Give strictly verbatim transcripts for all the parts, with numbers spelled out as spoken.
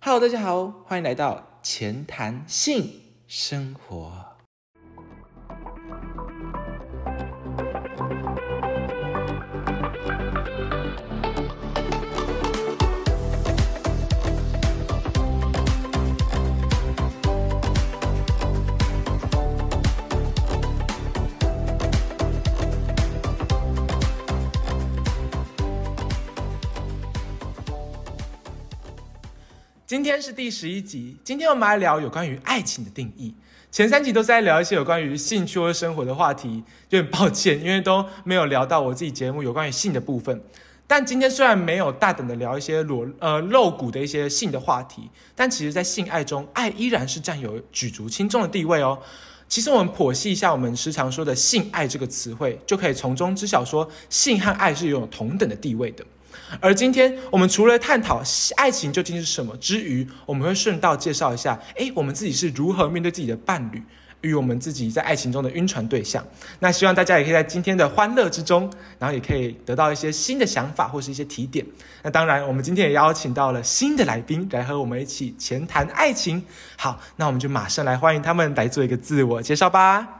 Hello， 大家好，欢迎来到钱谈性生活。今天是第十一集，今天我们来聊有关于爱情的定义。前三集都是在聊一些有关于兴趣或生活的话题，有点抱歉，因为都没有聊到我自己节目有关于性的部分。但今天虽然没有大胆的聊一些裸呃露骨的一些性的话题，但其实在性爱中，爱依然是占有举足轻重的地位哦。其实我们剖析一下我们时常说的性爱这个词汇，就可以从中知晓说性和爱是拥有同等的地位的。而今天我们除了探讨爱情究竟是什么之余，我们会顺道介绍一下诶我们自己是如何面对自己的伴侣与我们自己在爱情中的晕船对象。那希望大家也可以在今天的欢乐之中，然后也可以得到一些新的想法或是一些提点。那当然我们今天也邀請到了新的来宾来和我们一起前談愛情。好，那我们就马上来欢迎他们来做一个自我介绍吧。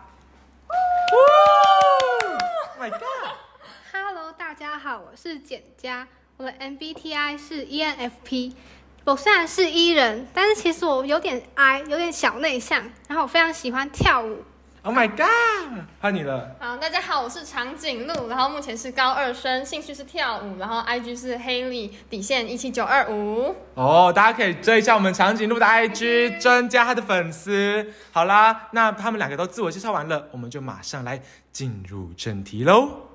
Oh my god！ Hello， 大家好，我是简佳，我的 M B T I 是 E N F P。我虽然是 E 人，但是其实我有点 I， 有点小内向，然后我非常喜欢跳舞。 Oh my god！ 换你了。 好，大家好，我是长颈鹿，然后目前是高二生，兴趣是跳舞，然后 I G 是 Haley 底线一七九二五。 哦，大家可以追一下我们长颈鹿的 I G， 增加他的粉丝。好啦，那他们两个都自我介绍完了，我们就马上来进入正题喽。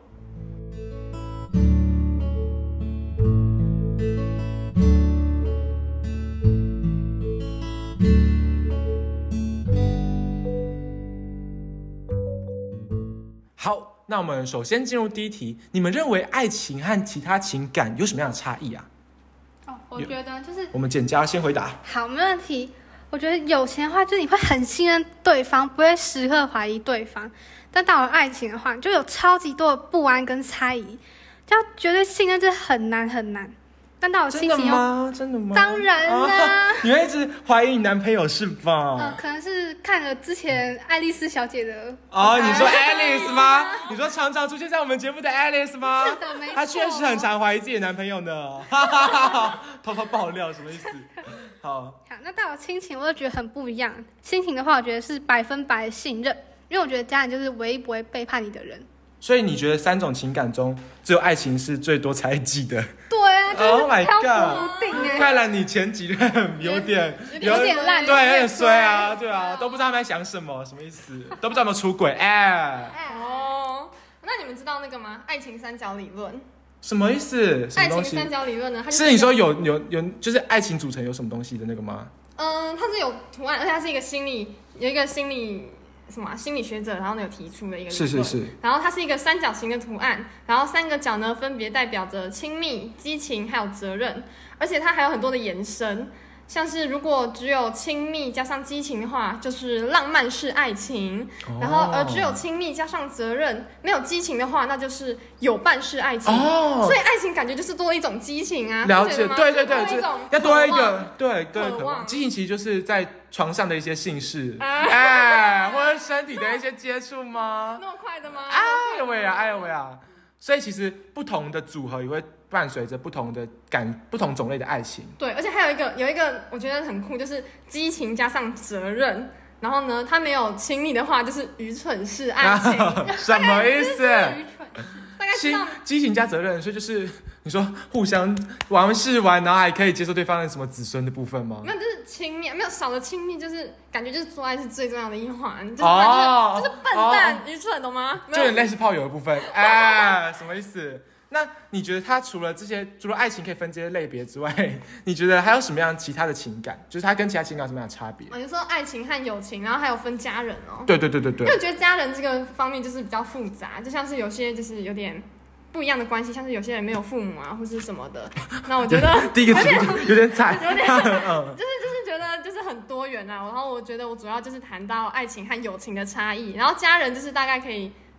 好，那我们首先进入第一题，你们认为爱情和其他情感有什么样的差异啊？ 哦，我觉得就是我们简家先回答。 好，没问题。我觉得有钱的话，就是你会很信任对方，不会时刻怀疑对方。但到了爱情的话，就有超级多的不安跟猜疑，要绝对信任，这很难很难。但到了亲情又真的吗？真的吗？ 当然啦、啊！ 你会一直怀疑你男朋友是吧？ 呃，可能是看了之前爱丽丝小姐的哦，你说 Alice 吗？你说常常出现在我们节目的 Alice 吗？ 是的，没错。 她确实很常怀疑自己的男朋友呢。偷偷爆料什么意思？好， 好，那到了亲情，我就觉得很不一样。亲情的话，我觉得是百分百的信任，因为我觉得家人就是唯一不会背叛你的人。 所以你觉得三种情感中，只有爱情是最多猜忌的？ 对啊，就是漂浮不定哎。 看来你前几任有点有点烂， 对，有点衰啊，对啊，都不知道他们在想什么，什么意思？都不知道有没有出轨？哎， 哦，那你们知道那个吗？爱情三角理论。 什么意思？什么东西？ 爱情三角理论呢？它是你说有有有，就是爱情组成有什么东西的那个吗？ 嗯，它是有图案，而且它是一个心理，有一个心理。什么、啊、心理学者，然后呢有提出的一个理论， 是是是， 然后它是一个三角形的图案，然后三个角呢分别代表着亲密、激情还有责任，而且它还有很多的延伸，像是如果只有亲密加上激情的话，就是浪漫式爱情，哦、然后而只有亲密加上责任，没有激情的话，那就是有伴式爱情。哦，所以爱情感觉就是多一种激情啊， 了解，对对对， 多一种要多一个，对对， 渴望。 激情其实就是在床上的一些性事，哎，或者身体的一些接触吗？ 那么快的吗？ 哎呦喂啊，哎呦喂啊！所以其实不同的组合也会伴随着不同的感、不同种类的爱情。 对，而且还有一个有一个我觉得很酷，就是激情加上责任。然后呢，他没有亲密的话，就是愚蠢式爱情。 什么意思？ 愚蠢，大概知道激情加责任，所以就是你说互相玩事玩，然后还可以接受对方的什么子孙的部分吗？ 没有，就是亲密，没有少了亲密，就是感觉就是做爱是最重要的一环，就是、哦、就是、就是笨蛋、哦、愚蠢，懂吗？ 就有点类似炮友的部分，哎，什么意思？那你觉得他除了这些，除了爱情可以分这些类别之外，你觉得还有什么样其他的情感？就是他跟其他情感有什么样的差别？ 哦，你说爱情和友情，然后还有分家人哦。 对对对对对。 因为我觉得家人这个方面就是比较复杂，就像是有些就是有点不一样的关系，像是有些人没有父母啊，或是什么的。那我觉得第一个有点惨， 有点就是就是觉得就是很多元啊。然后我觉得我主要就是谈到爱情和友情的差异，然后家人就是大概可以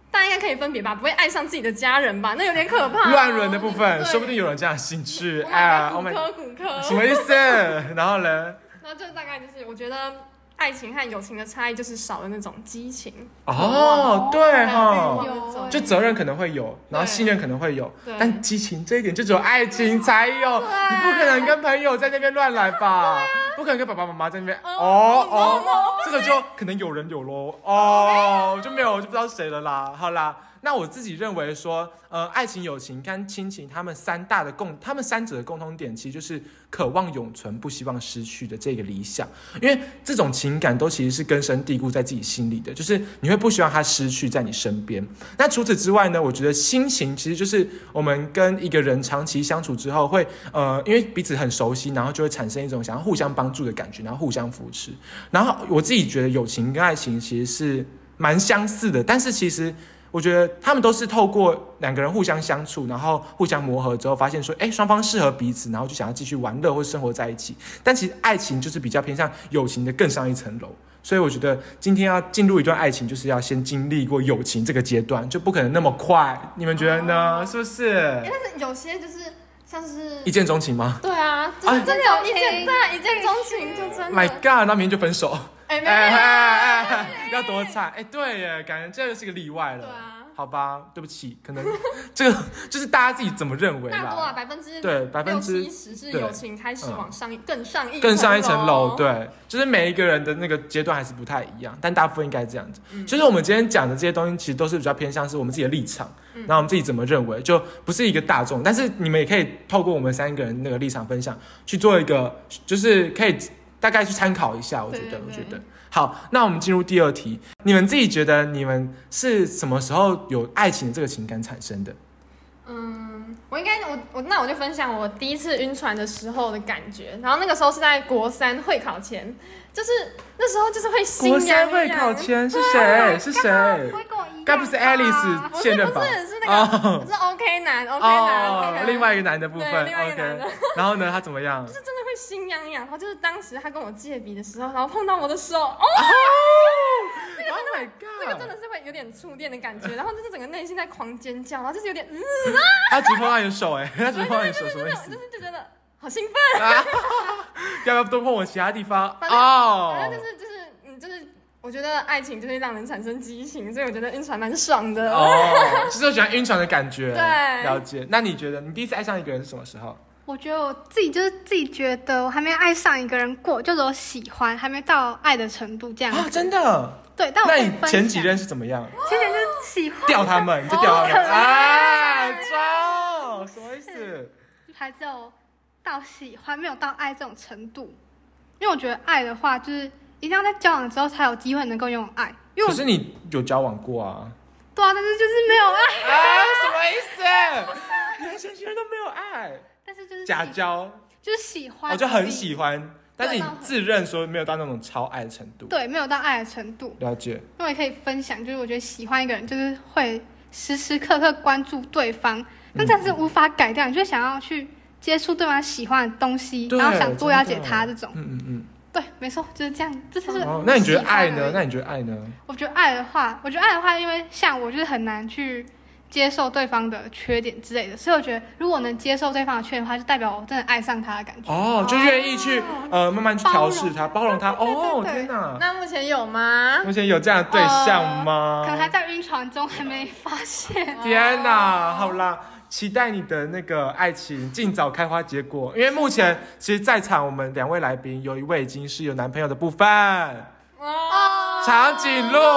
大家应该可以分别吧，不会爱上自己的家人吧？那有点可怕、哦。 乱伦的部分，说不定有人这样的兴趣。 哎，骨科骨科， 什么意思？然后呢？ 那就大概就是，我觉得爱情和友情的差异就是少了那种激情。 哦，对哈，就责任可能会有，然后信任可能会有，但激情这一点就只有爱情才有。你不可能跟朋友在那边乱来吧？不可能跟爸爸妈妈在那边。哦哦，这个就可能有人有咯。哦，就没有，就不知道谁了啦。好啦。那我自己认为说，呃，爱情、友情跟亲情，他们三大的共，他们三者的共同点，其实就是渴望永存、不希望失去的这个理想。因为这种情感都其实是根深蒂固在自己心里的，就是你会不希望它失去在你身边。那除此之外呢，我觉得亲情其实就是我们跟一个人长期相处之后会，呃，因为彼此很熟悉，然后就会产生一种想要互相帮助的感觉，然后互相扶持。然后我自己觉得友情跟爱情其实是蛮相似的，但是其实。我觉得他们都是透过两个人互相相处，然后互相磨合之后，发现说，哎，双方适合彼此，然后就想要继续玩乐或生活在一起。但其实爱情就是比较偏向友情的更上一层楼，所以我觉得今天要进入一段爱情，就是要先经历过友情这个阶段，就不可能那么快。你们觉得呢？是不是？ 但是有些就是像是一见钟情吗？ 对啊，就是真的有一见，对啊，一见钟情就真的。 My God， 那明天就分手。 哎，没有，哎哎哎， 要多惨！哎，对耶，感觉这个是个例外了。 对啊， 好吧，对不起，可能这个就是大家自己怎么认为啦。 大多啊，百分之对百分之七十是友情开始往上更上一更上一层楼。对，就是每一个人的那个阶段还是不太一样，但大部分应该这样子。嗯、就是我们今天讲的这些东西，其实都是比较偏向是我们自己的立场，嗯、然后我们自己怎么认为，就不是一个大众。但是你们也可以透过我们三个人那个立场分享，去做一个，就是可以大概去参考一下。我觉得， 对对对， 我觉得。好，那我们进入第二题。你们自己觉得你们是什么时候有爱情的这个情感产生的？ 嗯，我应该我我那我就分享我第一次晕船的时候的感觉。然后那个时候是在国三会考前，就是那时候就是会心痒痒。 国三会考前是谁？是谁？该不是 Alice 现任吧？ 不是，是那个、oh. 是 OK 男 OK 男、 oh, okay. 另外一个男的部分 OK。 然后呢，他怎么样？ 就是真的会心痒痒。然后就是当时他跟我借笔的时候，然后碰到我的手，哦。那个 Oh my god！ 那个真的是会有点触电的感觉，然后就是整个内心在狂尖叫，然后就是有点嗯啊。 他只碰到你的手，哎，他只碰到你的手，什么意思？ 就是就觉得好兴奋。 啊、要不要多碰我其他地方？ 哦，反正就是就是嗯，就是我觉得爱情就是让人产生激情，所以我觉得晕船蛮爽的。 哦，就是我喜欢晕船的感觉。 对， 了解。那你觉得你第一次爱上一个人是什么时候？ 我觉得我自己就是自己觉得我还没爱上一个人过，就只有喜欢，还没到爱的程度这样子。 啊，真的？ 对，但我那你前几任是怎么样？ 前几任就是喜欢钓他们，你就钓他们啊，装什么意思？ 还只有到喜欢，没有到爱这种程度。因为我觉得爱的话，就是一定要在交往之后才有机会能够拥有爱。因为可是你有交往过啊？ 对啊，但是就是没有爱啊，什么意思？你前几任都没有爱？ 但是就是假交， 就是喜欢， 我、哦、就很喜欢，但是你自认说没有到那种超爱的程度， 对，没有到爱的程度。 了解。 那我也可以分享，就是我觉得喜欢一个人，就是会时时刻刻关注对方，但这样是无法改掉，你就想要去接触对方喜欢的东西，然后想多了解他这种。 嗯嗯嗯， 对，没错，就是这样，这就是、 哦。那你觉得爱呢？那你觉得爱呢？ 我觉得爱的话，我觉得爱的话，因为像我就是很难去接受对方的缺点之类的，所以我觉得如果能接受对方的缺点的话，就代表我真的爱上他的感觉。 哦，就愿意去、哦、呃慢慢去调试他，包容他。 对对对对哦，天哪！ 那目前有吗？ 目前有这样的对象吗？ 呃、可能还在晕船中，还没发现。 天哪！好啦，期待你的那个爱情尽早开花结果，因为目前其实在场我们两位来宾有一位已经是有男朋友的部分。哦，长颈鹿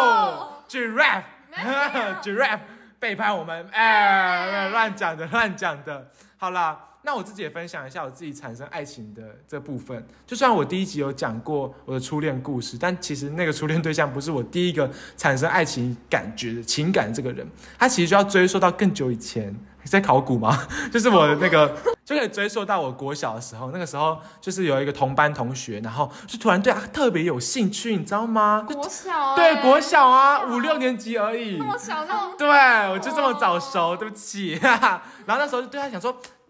giraffe，giraffe。背叛我们，哎，乱讲的，乱讲的。好啦，那我自己也分享一下我自己产生爱情的这部分。就算我第一集有讲过我的初恋故事，但其实那个初恋对象不是我第一个产生爱情感觉的情感的这个人，他其实就要追溯到更久以前。你在考古吗？就是我的那个，就可以追溯到我国小的时候。那个时候就是有一个同班同学，然后就突然对他特别有兴趣，你知道吗？ 国小、欸， 对，国小啊，五六年级而已。 那么小就？ 对，我就这么早熟，对不起。然后那时候就对他想说，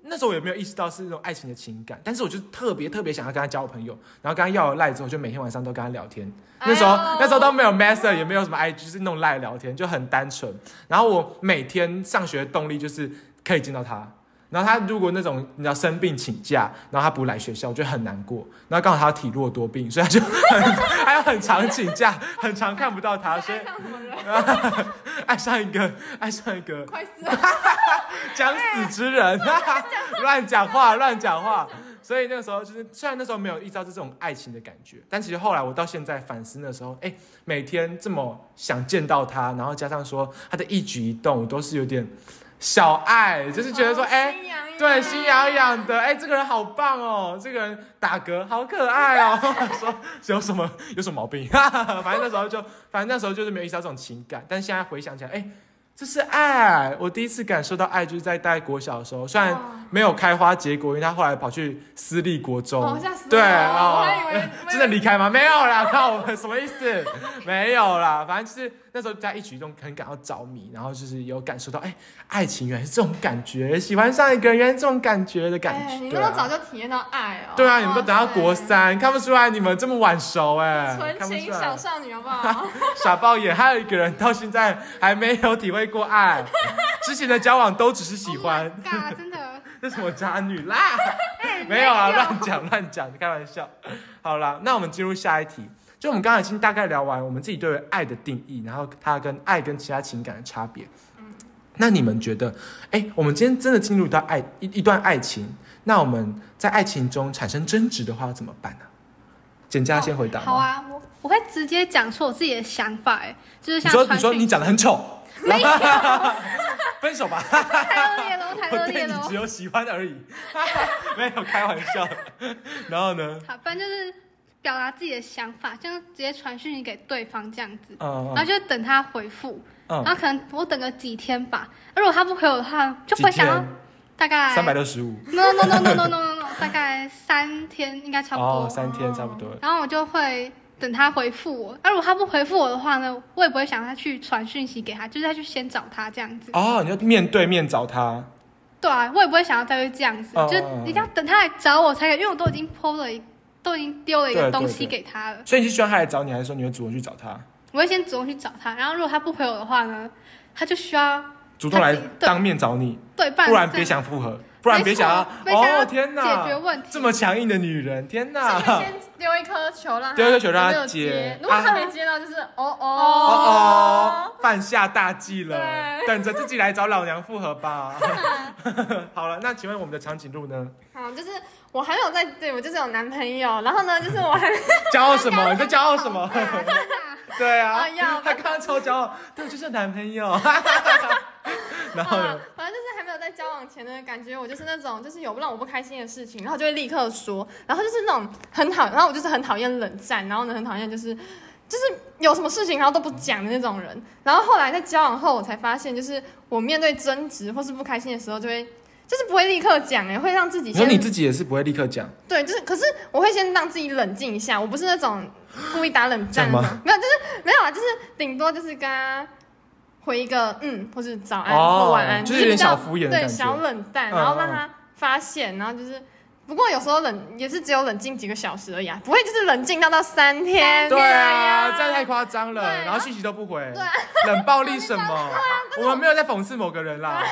那时候我也没有意识到是那种爱情的情感，但是我就特别特别想要跟他交朋友，然后跟他要了赖之后，就每天晚上都跟他聊天。那时候、哎、那时候都没有 Messenger， 也没有什么 I G， 就是那种赖聊天，就很单纯。然后我每天上学的动力就是可以见到他。然后他如果那种你知道生病请假，然后他不来学校，我就很难过。然后刚好他体弱多病，所以他就很他要很常请假，很常看不到他，所以爱上什么人？ 爱上一个爱上一个快死了！ 将死之人，乱讲话乱讲话。所以那个时候就是，虽然那时候没有意识到这种爱情的感觉，但其实后来我到现在反思的时候，哎，每天这么想见到他，然后加上说他的一举一动，我都是有点。小爱就是觉得说，哎、哦，对，心痒痒的，哎，这个人好棒哦，这个人打嗝好可爱哦。说有什么有什么毛病？反正那时候就，反正那时候就是没有意识到这种情感，但现在回想起来，哎，这是爱。我第一次感受到爱，就是在大概国小的时候，虽然没有开花结果，因为他后来跑去私立国中， 哦、吓死我对， 哦，我还以为真的离开吗？没有啦，靠，什么意思？没有啦，反正就是那时候在一举一动很感到着迷，然后就是有感受到，哎，爱情原来是这种感觉，喜欢上一个人原来是这种感觉的感觉。 哎、你那么早就体验到爱哦？ 对啊，你们都等到国三，看不出来你们这么晚熟哎， 纯情小少女好不好？ 傻爆眼，还有一个人到现在还没有体会过爱，之前的交往都只是喜欢。 Oh my God, 真的。 这什么渣女啦？没有啊，乱讲乱讲，开玩笑。好啦，那我们进入下一题。就我们刚才已经大概聊完我们自己对于爱的定义，然后它跟爱跟其他情感的差别。嗯、那你们觉得，哎，我们今天真的进入到爱 一, 一段爱情，那我们在爱情中产生争执的话怎么办呢、啊？简佳先回答、哦。 好啊，我我会直接讲出我自己的想法，哎，就是像你说你说你长得很丑。 没有， 分手吧！ 太恶劣了，太恶劣了。 我对你只有喜欢而已，没有开玩笑。然后呢？ 好，反正就是表达自己的想法，就是直接传讯息给对方这样子， 嗯、 然后就等他回复， 嗯、 然后可能我等个几天吧。如果他不回我的话，就不会想要大概三百六十五。 No no no no no no no， 大概三天应该差不多。 哦，三天差不多。 然后我就会。等他回复我，那如果他不回复我的话呢，我也不会想他去传讯息给他，就是他去先找他这样子。 哦，你要面对面找他。 对啊，我也不会想要再会这样子，哦、就是一定要等他来找我才可以，因为我都已经 po 了一，都已经丢了一个东西给他了。 对对对，所以你是希望他来找你，还是说你会主动去找他？ 我会先主动去找他，然后如果他不回我的话呢，他就需要主动来当面找你， 对， 不然别想复合。不然别想要哦，天哪！ 解决问题， 这么强硬的女人，天哪！ 先丢一颗球让他丢一颗球让他接，如果他没接到，就是哦哦哦哦，犯下大忌了，等着自己来找老娘复合吧。好了，那请问我们的长颈鹿呢？ 好，就是我还没有在，对我就是有男朋友，然后呢，就是我还骄傲什么？你在骄傲什么？对啊， 哎、 他刚刚超骄傲，对，就是男朋友。然后呢、 啊？反正就是还没有在交往前的感觉，我就是那种就是有让我不开心的事情，然后就会立刻说，然后就是那种很讨，然后我就是很讨厌冷战，然后呢很讨厌就是就是有什么事情然后都不讲的那种人。然后后来在交往后，我才发现，就是我面对争执或是不开心的时候，就会就是不会立刻讲，哎，会让自己先。 你说你自己也是不会立刻讲？ 对，就是可是我会先让自己冷静一下，我不是那种故意打冷战的，没有，就是没有啊，就是顶多就是跟他。回一个嗯，或是早安、哦、或晚安， 就是有点小敷衍的感觉， 对，小冷淡，然后让他发现，嗯、然后就是，不过有时候冷也是只有冷静几个小时而已啊，不会就是冷静到到三天。 对啊，这样太夸张了，然后讯息都不回， 对、啊， 冷暴力什么？啊、我们没有在讽刺某个人啦。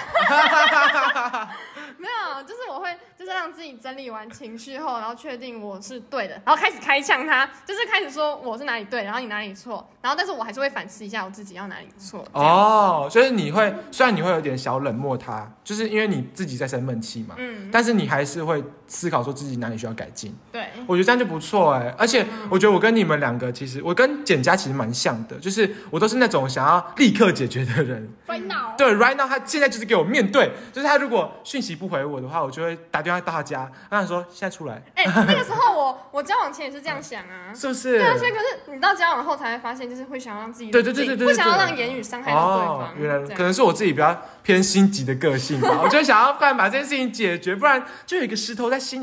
没有，就是我会就是让自己整理完情绪后，然后确定我是对的，然后开始开呛他，就是开始说我是哪里对，然后你哪里错，然后但是我还是会反思一下我自己要哪里错。 哦，所以你会虽然你会有点小冷漠他，就是因为你自己在生闷气嘛，嗯，但是你还是会思考说自己哪里需要改进。 对， 我觉得这样就不错哎、欸，而且我觉得我跟你们两个其实我跟简佳其实蛮像的，就是我都是那种想要立刻解决的人。 Right now， 对 ，right now， 他现在就是给我面对，就是他如果讯息不回我的话，我就会打电话到他家，他想说现在出来。 哎、欸，那个时候我我交往前也是这样想啊， 是不是？ 对啊，所以可是你到交往后才会发现，就是会想要让自己对对对对对， 不想要让言语伤害到对方。哦、 原来可能是我自己比较偏心急的个性吧，我就想要快把这件事情解决，不然就有一个石头在心里就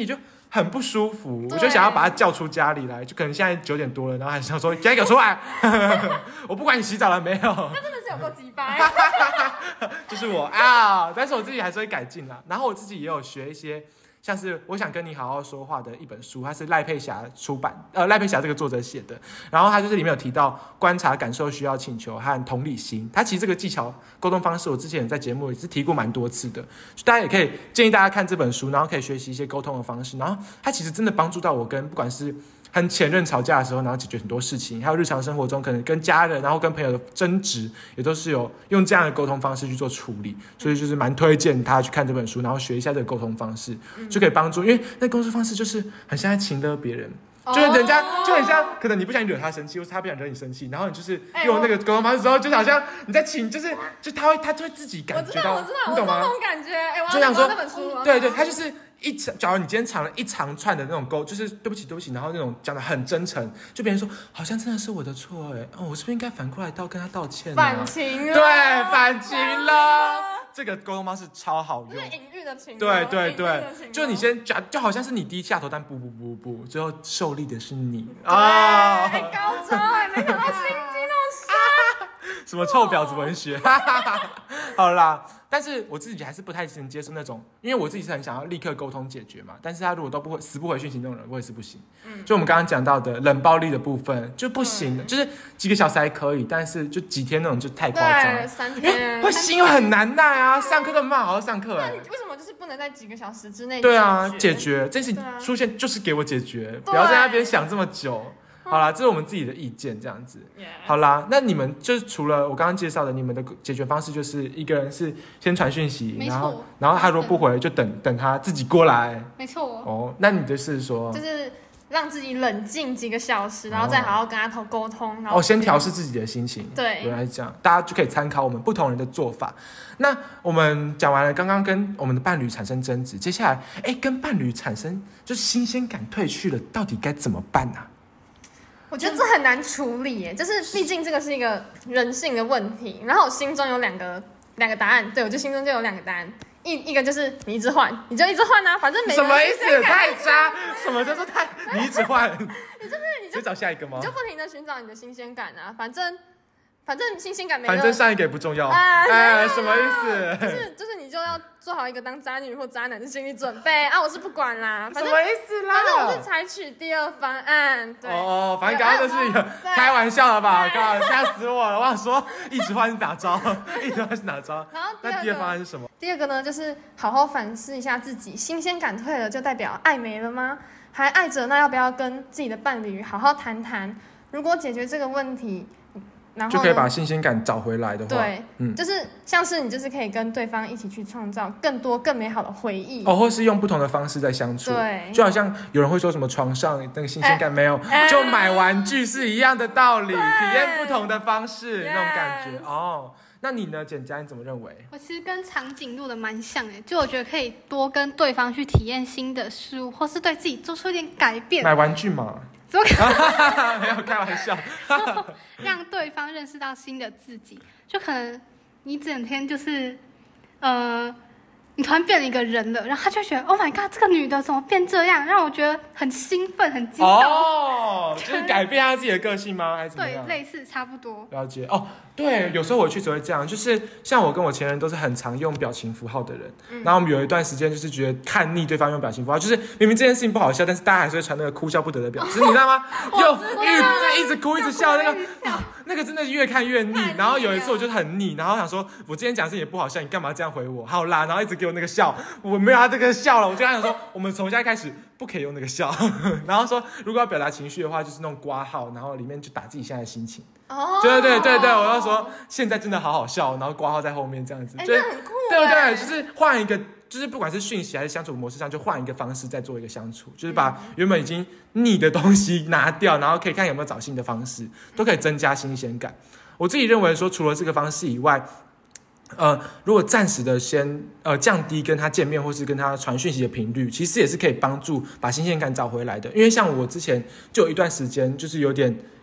很不舒服，我就想要把他叫出家里来，就可能现在九点多了，然后还想说，现在给我出来，我不管你洗澡了没有。 他真的是有够鸡掰， 就是我啊，但是我自己还是会改进啦。然后我自己也有学一些。像是我想跟你好好说话的一本书，它是赖佩霞出版，呃，赖佩霞这个作者写的。然后他就是里面有提到观察、感受、需要、请求和同理心。他其实这个技巧、沟通方式，我之前在节目也是提过蛮多次的，大家也可以建议大家看这本书，然后可以学习一些沟通的方式。然后他其实真的帮助到我跟不管是和前任吵架的时候，然后解决很多事情，还有日常生活中可能跟家人，然后跟朋友的争执，也都是有用这样的沟通方式去做处理。所以就是蛮推荐他去看这本书，然后学一下这个沟通方式，就可以帮助。因为那沟通方式就是很像在情勒别人。就是人家就很像，可能你不想惹他生气，或是他不想惹你生气，然后你就是用那个沟通方式之后，就好像你在请，就是就他会他就会自己感觉到， 我知道， 你懂吗？ 我知道，我这种感觉，哎，我就想说那本书， 对对，他就是一假如你今天藏了一长串的那种沟，就是对不起对不起，然后那种讲的很真诚，就别人说好像真的是我的错哎，哦，我是不是应该反过来道跟他道歉、啊？ 反情了， 对，反情了。这个沟通方式超好用， 是隐喻的情， 对对对，就你先讲，就好像是你低下头，但不不不不，最后受力的是你啊！ 哎，高招哎，没想到心机那么深， 什么臭婊子文学？好啦，但是我自己还是不太能接受那种，因为我自己是很想要立刻沟通解决嘛，但是他如果都不会死不回讯息那种人，我也是不行。嗯，就我们刚刚讲到的冷暴力的部分就不行的，就是几个小时还可以，但是就几天那种就太夸张了， 三天会心很难耐啊，上课都没办法好好上课哎、欸。 那你为什么就是不能在几个小时之内？ 对啊，解决这事情出现就是给我解决，不要在那边想这么久。好啦，这是我们自己的意见，这样子。Yeah. 好啦，那你们就是除了我刚刚介绍的，你们的解决方式就是一个人是先传讯息，然后然后他如果不回，就等等他自己过来。 没错。 哦，那你的是说， 就是让自己冷静几个小时，然后再好好跟他沟通，然后哦，先调试自己的心情。 对， 原来是这样，大家就可以参考我们不同人的做法。那我们讲完了，刚刚跟我们的伴侣产生争执，接下来，哎，跟伴侣产生就是新鲜感退去了，到底该怎么办啊？ 我觉得这很难处理耶，就是毕竟这个是一个人性的问题。然后我心中有两个两个答案，对我就心中就有两个答案，一一个就是你一直换，你就一直换啊，反正每个什么意思？太渣？什么叫做太？你一直换？ 你就是你就找下一个吗？ 你就不停的寻找你的新鲜感啊，反正。反正新鲜感没了， 反正上一个也不重要。哎、呃呃，什么意思？ 就是就是你就要做好一个当渣女或渣男的心理准备啊！我是不管啦， 什么意思啦？ 反正我是采取第二方案。对哦，反正刚刚就是一个开玩笑的吧？刚刚吓死我了！我想说一直换是哪招？一直换是哪招？ 然后那第二方案是什么？ 第二个呢，就是好好反思一下自己，新鲜感退了就代表爱没了吗？还爱着，那要不要跟自己的伴侣好好谈谈？如果解决这个问题。然后就可以把新鲜感找回来的话， 对，嗯，就是像是你就是可以跟对方一起去创造更多更美好的回忆哦，或是用不同的方式在相处， 对， 就好像有人会说什么床上那个新鲜感没有，欸、就买玩具是一样的道理，体验不同的方式那种感觉哦。那你呢，简佳，你怎么认为？ 我其实跟长颈鹿的蛮像诶，就我觉得可以多跟对方去体验新的事物，或是对自己做出一点改变。 买玩具嘛。 怎么可能？没有开玩笑。 让对方认识到新的自己，就可能你整天就是，呃，你突然变了一个人了，然后他就觉得 ，Oh my god， 这个女的怎么变这样？让我觉得很兴奋、很激动。 哦，就是改变他自己的个性吗？还是怎么样？ 对，类似差不多。 了解哦，对，有时候我确实会这样，就是像我跟我前任都是很常用表情符号的人，嗯、然后我们有一段时间就是觉得看腻对方用表情符号，就是明明这件事情不好笑，但是大家还是会传那个哭笑不得的表情，你知道吗？又一一直哭一直笑，那个、哦、那个真的越看越腻。然后有一次我就很腻，然后想说我今天讲的事情也不好笑，你干嘛这样回我？好啦，然后一直给我那个笑，我没有他这个笑了，我就想说我们从现在开始不可以用那个笑，然后说如果要表达情绪的话，就是弄括号，然后里面就打自己现在的心情。哦，对对对对，我要说现在真的好好笑，然后括号在后面这样子， 欸、这很酷， 对不对？就是换一个，就是不管是讯息还是相处模式上，就换一个方式再做一个相处，就是把原本已经腻的东西拿掉，然后可以看有没有找新的方式，都可以增加新鲜感。我自己认为说，除了这个方式以外，呃，如果暂时的先呃降低跟他见面或是跟他传讯息的频率，其实也是可以帮助把新鲜感找回来的。因为像我之前就有一段时间就是有点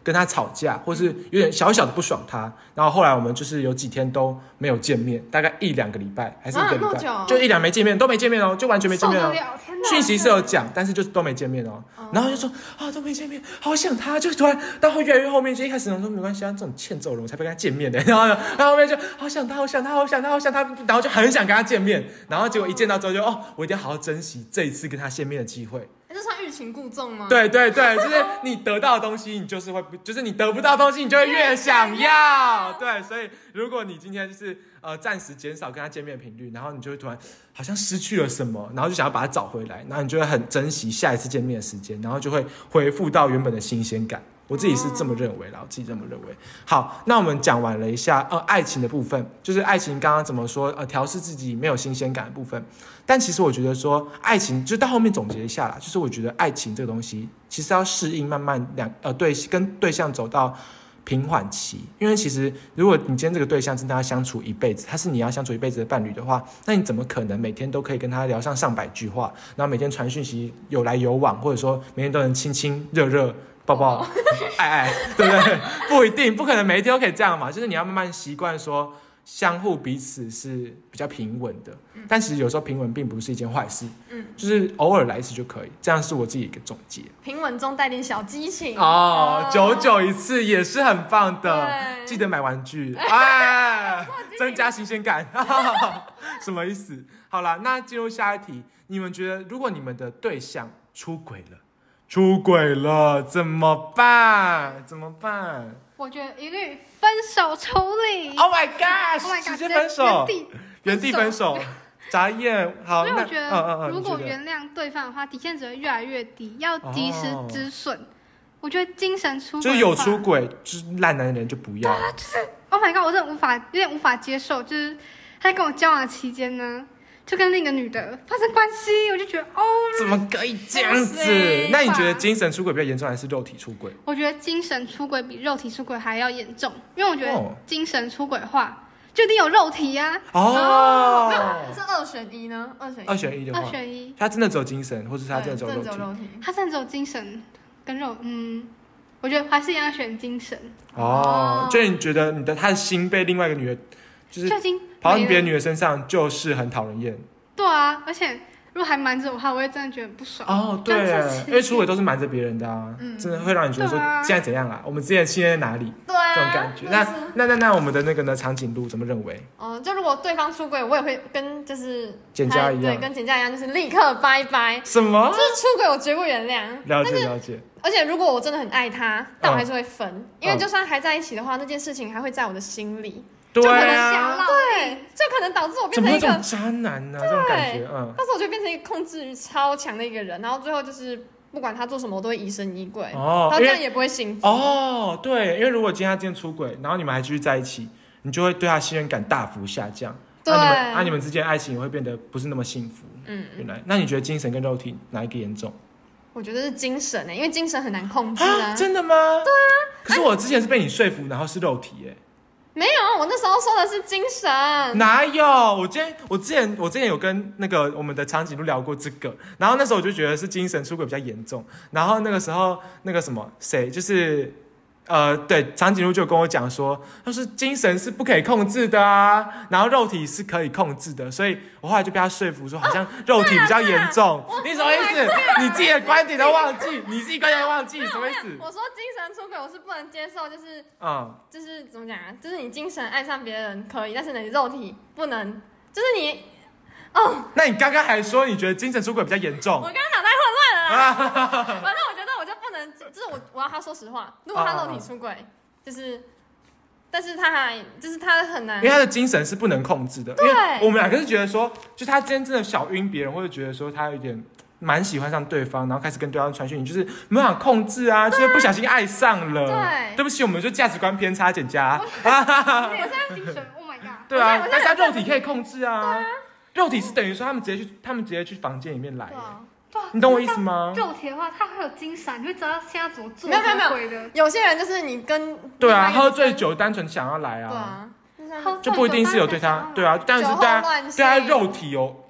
跟他吵架，或是有点小小的不爽他，然后后来我们就是有几天都没有见面，大概一两个礼拜还是一个礼拜， 啊、 就一两没见面，都没见面哦，就完全没见面哦。讯息是有讲，但是就是都没见面哦。哦然后就说啊都没见面，好想他，就突然到后越来越后面，就一开始我说没关系啊，这种欠揍人我才不跟他见面的，然后然后后面就好想他，好想他，好想他，好想他，然后就很想跟他见面，然后结果一见到之后就哦，我一定要好好珍惜这一次跟他见面的机会。 这算欲擒故纵吗？ 对对对，就是你得到的东西，你就是会，就是你得不到的东西，你就会越想要。对，所以如果你今天就是呃暂时减少跟他见面的频率，然后你就会突然好像失去了什么，然后就想要把它找回来，然后你就会很珍惜下一次见面的时间，然后就会恢复到原本的新鲜感。我自己是这么认为啦，我自己这么认为。好，那我们讲完了一下呃爱情的部分，就是爱情刚刚怎么说呃调试自己没有新鲜感的部分。但其实我觉得说爱情就到后面总结一下啦，就是我觉得爱情这个东西其实要适应慢慢两呃对跟对象走到平缓期，因为其实如果你今天这个对象真的要相处一辈子，他是你要相处一辈子的伴侣的话，那你怎么可能每天都可以跟他聊上上百句话，然后每天传讯息有来有往，或者说每天都能亲亲热热抱抱爱爱，对不对？不一定，不可能每一天都可以这样嘛。就是你要慢慢习惯说，相互彼此是比较平稳的。嗯、但其实有时候平稳并不是一件坏事，嗯，就是偶尔来一次就可以。这样是我自己一个总结。 平稳中带点小激情哦，久久一次也是很棒的。记得买玩具，哎，增加新鲜感。什么意思？好啦，那进入下一题，你们觉得如果你们的对象出轨了？出轨了怎么办？怎么办？ 我觉得一律分手处理。 Oh my god！ Oh my god！ 直接分手， 原地原地分手，眨眼。好， 因为我觉得， 嗯嗯嗯、 如果原谅对方的话，底线只会越来越低，要及时止损。哦、我觉得精神出轨就是有出轨，就是烂男人就不要。 对啊，就是 Oh my god！ 我真的无法，有点无法接受，就是他在跟我交往的期间呢。就跟另一个女的发生关系，我就觉得哦， 怎么可以这样子？那你觉得精神出轨比较严重，还是肉体出轨？ 我觉得精神出轨比肉体出轨还要严重，因为我觉得精神出轨的话，就一定有肉体啊。 哦， 是二选一呢？二选一， 二选一的话， 二选一， 他真的只有精神，或是他真的只有肉体？ 他真的只有精神跟肉，嗯，我觉得还是一样选精神。 哦，就你觉得你的他的心被另外一个女的，就是就已经跑到别的女的身上，就是很讨人厌。 对啊，而且如果还瞒着我的话，我会真的觉得不爽。 哦，对，因为出轨都是瞒着别人的啊，嗯、真的会让你觉得说、啊、现在怎样啊？我们之间的信任在哪里？ 对、啊， 这种感觉。那那那那我们的那个呢？长颈鹿怎么认为？ 哦、呃，就如果对方出轨，我也会跟就是简家一样， 对，跟简家一样，就是立刻拜拜。 什么？ 就是出轨我绝不原谅。 了解了解。 而且如果我真的很爱他，但我还是会分，嗯、因为就算还在一起的话，那件事情还会在我的心里。 对啊， 对， 就可能导致我变成一个怎么渣男呢、啊？这种感觉，嗯。 但是我就变成一个控制欲超强的一个人，然后最后就是不管他做什么，我都会疑神疑鬼，哦，然后这样也不会幸福。 哦，对，因为如果今天他今天出轨，然后你们还继续在一起，你就会对他信任感大幅下降， 对， 那、啊、你们啊你们之间的爱情也会变得不是那么幸福。嗯，原来，那你觉得精神跟肉体哪一个严重？ 我觉得是精神诶、欸，因为精神很难控制啊。 啊真的吗？ 对啊。 可是我之前是被你说服，然后是肉体诶、欸。 没有，我那时候说的是精神。 哪有？我今天我之前我之前有跟那个我们的长颈鹿聊过这个，然后那时候我就觉得是精神出轨比较严重，然后那个时候那个什么谁就是呃对长颈鹿就跟我讲说，他说精神是不可以控制的啊，然后肉体是可以控制的，所以我后来就被他说服说好像肉体比较严重。哦啊啊、你什么意思？你自己的观点都忘记，你自己观点都忘记，什么意思？ 我说精神出轨我是不能接受，就是嗯， 就是怎么讲啊？就是你精神爱上别人可以，但是你肉体不能，就是你哦。 那你刚刚还说你觉得精神出轨比较严重？ 我刚刚脑袋混乱了啦。反正我觉得我就不能，就是我我要他说实话，如果他肉体出轨，就是。但是他还就是他很难， 因为他的精神是不能控制的。 对， 因为我们两个是觉得说，就他今天真的小晕别人，或者觉得说他有点蛮喜欢上对方，然后开始跟对方传讯，你就是没办法控制啊，就是不小心爱上了。 对， 对不起，我们就价值观偏差，减加。 你也是精神 ，Oh my god！ 对啊，但是他肉体可以控制啊。对啊，肉体是等于说他们直接去，他们直接去房间里面来。对啊。你懂我意思吗？ 肉体的话，他会有精神，你会知道现在怎么做。 没有没有没有，有些人就是你跟对啊，喝醉酒单纯想要来啊， 对啊， 就不一定是有对他对啊，但是对他对他肉体有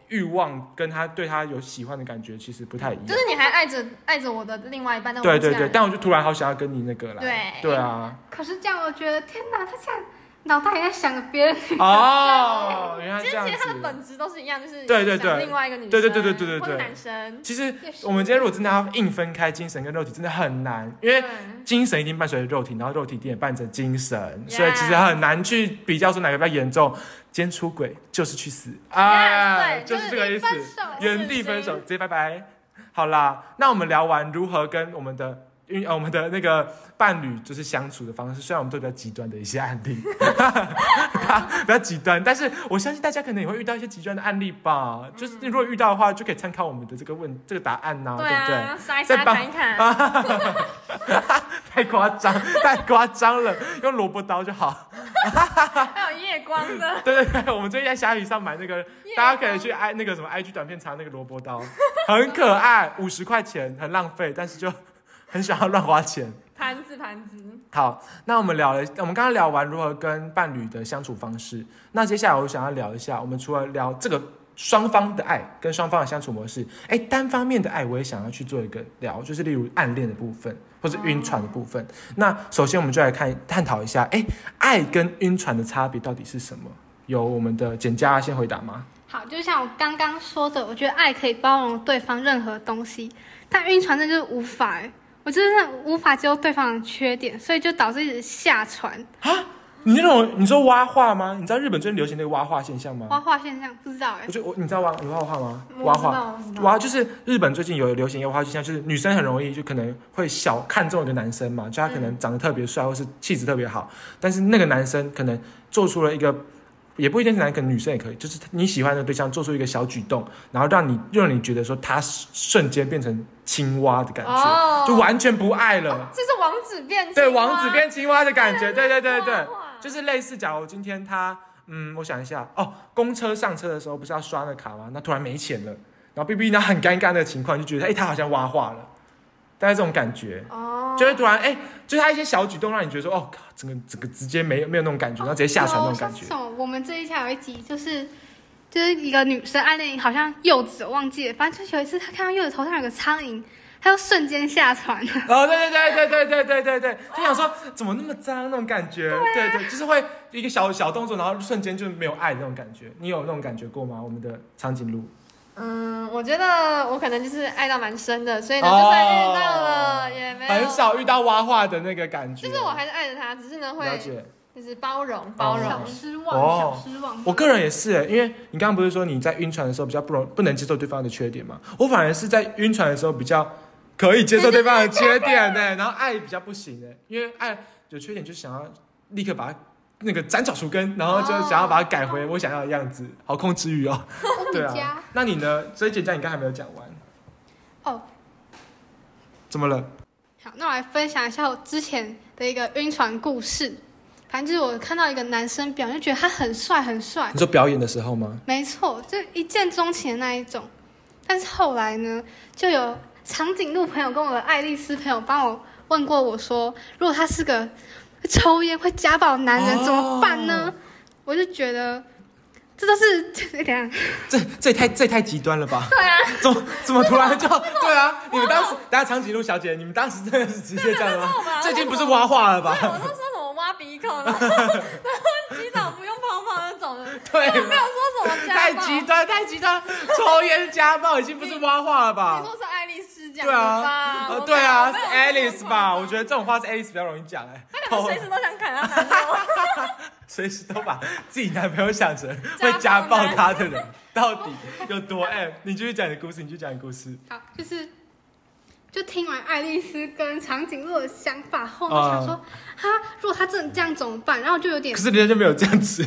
欲望跟他对他有喜欢的感觉其实不太一样。 就是你还爱着爱着我的另外一半，但对对对，但我就突然好想要跟你那个了。 对对啊。 可是这样我觉得天哪，他现在脑袋也在想着别人女哦，原来这样子。 其实他的本质都是一样，就是对对对， 另外一个女生， 对对对对对对对， 或者男生。 其实我们今天如果真的要硬分开精神跟肉体，真的很难，因为精神一定伴随着肉体，然后肉体一定也伴着精神，所以其实很难去比较说哪个比较严重。今天出轨就是去死，哎，就是这个意思，原地分手，直接拜拜。好啦，那我们聊完如何跟我们的。因为我们的那个伴侣就是相处的方式，虽然我们都比较极端的一些案例，比较极端，但是我相信大家可能也会遇到一些极端的案例吧。嗯、就是你如果遇到的话，就可以参考我们的这个问这个答案呐、啊， 对, 啊对不对？ 筛筛看一看， 太夸张，太夸张了，用萝卜刀就好。 还有夜光的， 对对对，我们最近在虾皮上买那个，大家可以去 i 那个什么 I G 短片查那个萝卜刀，很可爱，五十块钱，很浪费，但是就。很想要乱花钱， 盘子盘子。 好，那我们聊了，我们刚刚聊完如何跟伴侣的相处方式，那接下来我想要聊一下，我们除了聊这个双方的爱跟双方的相处模式，哎，单方面的爱我也想要去做一个聊，就是例如暗恋的部分或是晕船的部分。哦、那首先我们就来看探讨一下，哎，爱跟晕船的差别到底是什么？由我们的简佳先回答吗？ 好，就像我刚刚说的，我觉得爱可以包容对方任何东西，但晕船真就是无法哎。我真的无法接受对方的缺点，所以就导致一直下船啊！你那种你说蛙化吗？你知道日本最近流行那个蛙化现象吗？ 蛙化现象不知道哎、欸。 我觉得我你知道蛙你蛙化吗？蛙化蛙就是日本最近有流行一个蛙化现象，就是女生很容易就可能会小看中一个男生嘛，就他可能长得特别帅，或是气质特别好，但是那个男生可能做出了一个。也不一定是男，可能女生也可以，就是你喜欢的对象做出一个小举动，然后让你让你觉得说他瞬间变成青蛙的感觉，哦、就完全不爱了。 哦、这是王子变青蛙， 对，王子变青蛙的感觉，对对对对对，就是类似。假如今天他，嗯，我想一下，哦，公车上车的时候不是要刷那卡吗？那突然没钱了，然后 B B 那很尴尬的情况，就觉得哎，他好像蛙化了。大概这种感觉，哦，就会突然哎，就是他一些小举动让你觉得说，哦，整个整个直接没有没有那种感觉，然后直接下船那种感觉。 什么？我们这一下有一集就是就是一个女生暗恋好像柚子，我忘记了，反正就有一次她看到柚子头上有个苍蝇，她就瞬间下船了。 哦，对对对对对对对对对，就想说怎么那么脏那种感觉，对 对, 对，就是会一个小小动作，然后瞬间就没有爱的那种感觉。你有那种感觉过吗？我们的长颈鹿。 嗯，我觉得我可能就是爱到蛮深的，所以呢，就算遇到了也没有很少遇到蛙化的那个感觉。 就是我还是爱着他，只是呢会就是包容包容。 小失望，哦、小失望。 我个人也是，因为你刚刚不是说你在晕船的时候比较不容不能接受对方的缺点吗？我反而是在晕船的时候比较可以接受对方的缺点呢，然后爱比较不行的，因为爱有缺点就想要立刻把它。那个斩草除根，然后就想要把它改回我想要的样子，好控制欲哦。对啊，那你呢？所以简单，你刚才没有讲完。哦，怎么了？ 好，那我来分享一下我之前的一个晕船故事。反正就是我看到一个男生表演，就觉得他很帅很帅。 你说表演的时候吗？ 没错，就一见钟情的那一种。但是后来呢，就有长颈鹿朋友跟我的爱丽丝朋友帮我问过我说，如果他是个抽烟会家暴男人、oh. 怎么办呢？我就觉得这都是怎样？ 这这也太这也太极端了吧？ 对啊， 怎么怎么突然就对啊？你们当时，大家长颈鹿小姐，你们当时真的是直接这样吗？这已经不是蛙化了吧？ 对，我都说什么挖鼻孔，然后洗澡不用泡泡那种的。 对， 没有说什么家暴。 太极端，太极端，抽烟家暴已经不是蛙化了吧？ 你说是爱丽丝讲的吧？ 对啊，对啊，是 Alice 吧？我觉得这种话是 Alice 比较容易讲哎。 他可能随时都想砍他男朋友， 随时都把自己男朋友想成会家暴他的人，到底有多 M？ 你继续讲你的故事，你继续讲你的故事。 好，就是就听完爱丽丝跟长颈鹿的想法后，我想说，哈、嗯，如果他真的这样怎么办？然后就有点， 可是人家就没有这样子。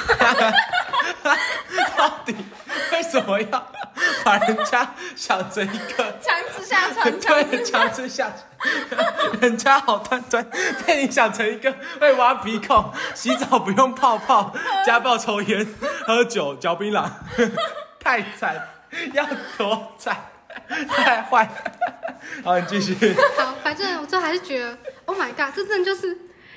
到底为什么要把人家想成一个强制下船？ 对，强制下船，人家好端端，被你想成一个会挖鼻孔、洗澡不用泡泡、家暴、抽烟、喝酒、嚼槟榔，太惨，要多惨，太坏。好，你继续。 好，反正我最后还是觉得 ，Oh my God， 这真的就是。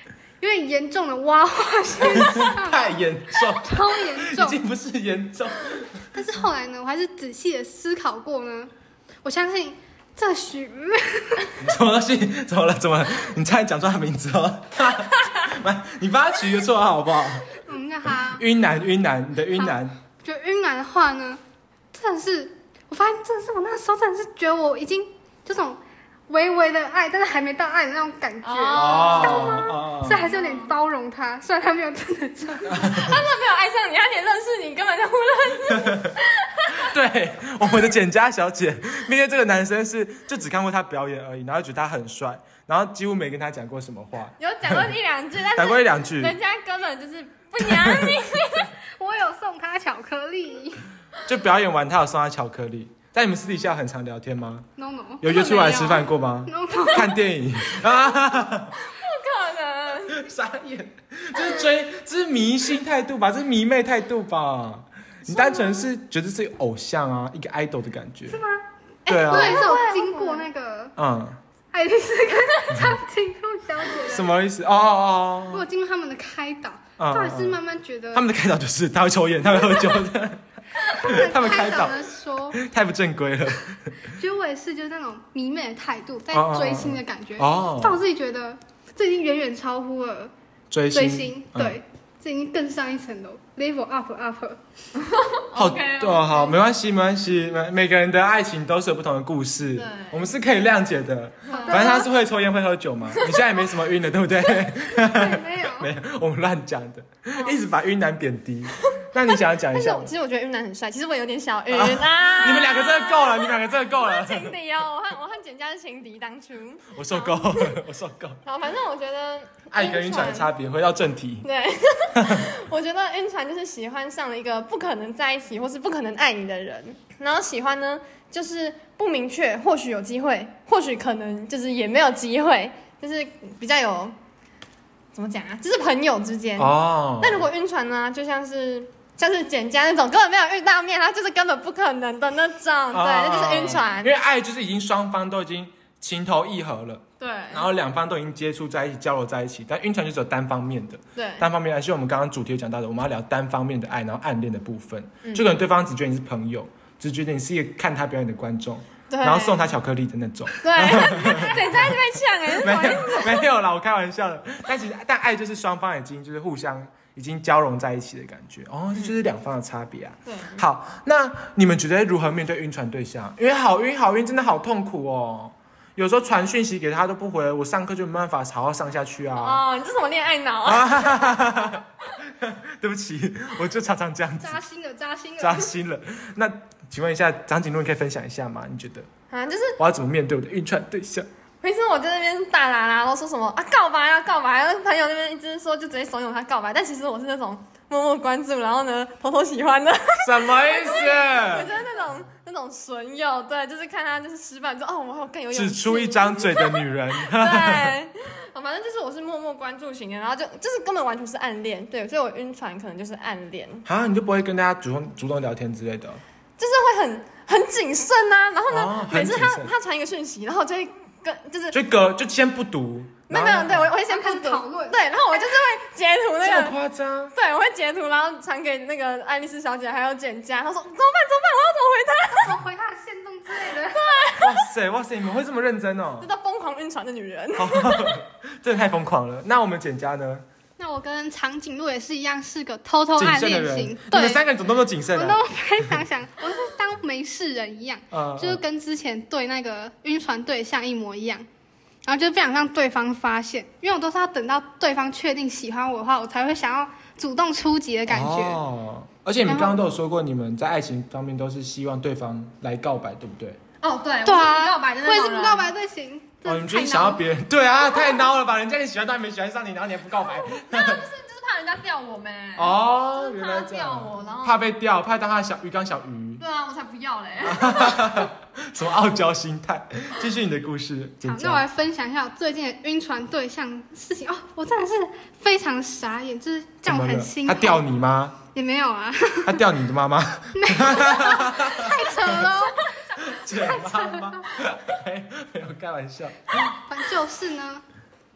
有点严重的挖化现象， 太严重， 超严重， 已经不是严重。 但是后来呢，我还是仔细的思考过呢，我相信这许什么东西？怎么了？怎么了？你差点讲出他名字哦！你帮他取一个绰号好不好？ 我们叫他晕男，晕男，你的晕男。 就晕男的话呢，真的是，我发现真的是我那时候真的是觉得我已经这种微微的爱，但是还没到爱的那种感觉， 哦， 知道吗？所以还是有点包容他，虽然他没有真的这样，他真的没有爱上你，他连认识你根本就不认识。 对，我们的简家小姐面对这个男生是就只看过他表演而已，然后觉得他很帅，然后几乎没跟他讲过什么话， 有讲过一两句，但是讲过一两句， 人家根本就是不娘你。 我有送他巧克力。 就表演完他有送他巧克力。但你们私底下很常聊天吗？ No no。 有约出来吃饭过吗 ？No no。 看电影啊？ 不可能。 傻眼，这是追，这是迷信态度吧？这是迷妹态度吧？你单纯是觉得是偶像啊，一个 idol 的感觉。 是吗？ 对啊。 我也是有经过那个嗯。 爱丽丝跟长颈鹿小姐的。 什么意思？哦哦哦。 我有经过他们的开导，到底是慢慢觉得他们的开导就是他会抽烟，他会喝酒的。他们开导的说太不正规了。 觉得我也是，就是那种迷妹的态度，在追星的感觉。 哦。 但我自己觉得，这已经远远超乎了追星。 追星，对，这已经更上一层楼 ，level up up。 好，对，好，没关系，没关系，每每个人的爱情都是有不同的故事，我们是可以谅解的。反正他是会抽烟会喝酒嘛，你现在也没什么晕的，对不对？ 没有， 没有，我们乱讲的，一直把晕男贬低。那你想要讲一下？ 其实我觉得晕男很帅，其实我有点小晕啊。 你们两个真的够了，你们两个真的够了。 情敌哦，我和我和简家是情敌，当初。 我受够，我受够。 好，反正我觉得爱跟晕船的差别，回到正题。 对，我觉得晕船就是喜欢上了一个不可能在一起或是不可能爱你的人，然后喜欢呢就是不明确，或许有机会，或许可能就是也没有机会，就是比较有怎么讲啊，就是朋友之间哦。那如果晕船呢，就像是。像是简家那种根本没有遇到面，他就是根本不可能的那种，对，那、哦、就是晕船。 因为爱就是已经双方都已经情投意合了， 对， 然后两方都已经接触在一起、交流在一起，但晕船就只有单方面的， 对， 单方面的爱是我们刚刚主题讲到的，我们要聊单方面的爱，然后暗恋的部分，嗯、就可能对方只觉得你是朋友，只觉得你是一个看他表演的观众。然后送他巧克力的那种， 对，简家就被呛哎， 没有没有啦，我开玩笑的。但其实，但爱就是双方已经就是互相已经交融在一起的感觉哦，这就是两方的差别啊。 对， 好，那你们觉得如何面对晕船对象？因为好晕好晕真的好痛苦哦。有时候传讯息给他都不回，我上课就没办法好好上下去啊。 哦，你这什么恋爱脑啊？ 对不起，我就常常这样子。 扎心了，扎心了， 扎心了。那请问一下，长颈鹿，你可以分享一下吗？你觉得啊，就是我要怎么面对我的晕船对象？ 平时我在那边大啦啦，然后说什么啊告白啊告白，然后朋友那边一直说就直接怂恿他告白，但其实我是那种默默关注，然后呢偷偷喜欢的。 什么意思？ 我就是那种那种损友，对，就是看他就是失败，就哦我更有勇气， 只出一张嘴的女人。 对，反正就是我是默默关注型的，然后就就是根本完全是暗恋，对，所以我晕船可能就是暗恋。 啊，你就不会跟大家主动主动聊天之类的？ 就是会很很谨慎啊，然后呢，哦、每次他他传一个讯息，然后我就会跟就是就隔就先不读， 没有没有，对我我会先不读讨论， 对，然后我就是会截图那个， 这么夸张？ 对，我会截图，然后传给那个爱丽丝小姐还有简家，他说怎么办怎么办，我要怎么回他？ 怎么回他的限动之类的？ 对， 哇塞哇塞，你们会这么认真哦？ 这叫疯狂晕船的女人， 真的太疯狂了。那我们简家呢？ 那我跟长颈鹿也是一样，是个偷偷暗恋型。 对，你们三个人怎么都谨慎、啊？ 我都非常想，我是当没事人一样，嗯、就是跟之前对那个晕船对象一模一样，然后就不想让对方发现，因为我都是要等到对方确定喜欢我的话，我才会想要主动出击的感觉。 哦，而且你们刚刚都有说过，你们在爱情方面都是希望对方来告白，对不对？ 哦，对， 对啊， 我是不告白的那种人， 我也是不告白队型。 哦，你们就是想要别人？对啊，太孬了吧！人家你喜欢都还没喜欢上你，然后你还不告白， 那就是就是怕人家钓我们。 哦， 原来这样。钓我，然后怕被钓，怕当他的小鱼缸小鱼。 对啊，我才不要嘞！ 什么傲娇心态？继续你的故事。 好，那我来分享一下我最近的晕船对象事情哦，我真的是非常傻眼，就是这样很心痛。 他钓你吗？ 也没有啊。 他钓你的妈妈？ 太扯了。 扯妈妈？没有开玩笑。 反正就是呢，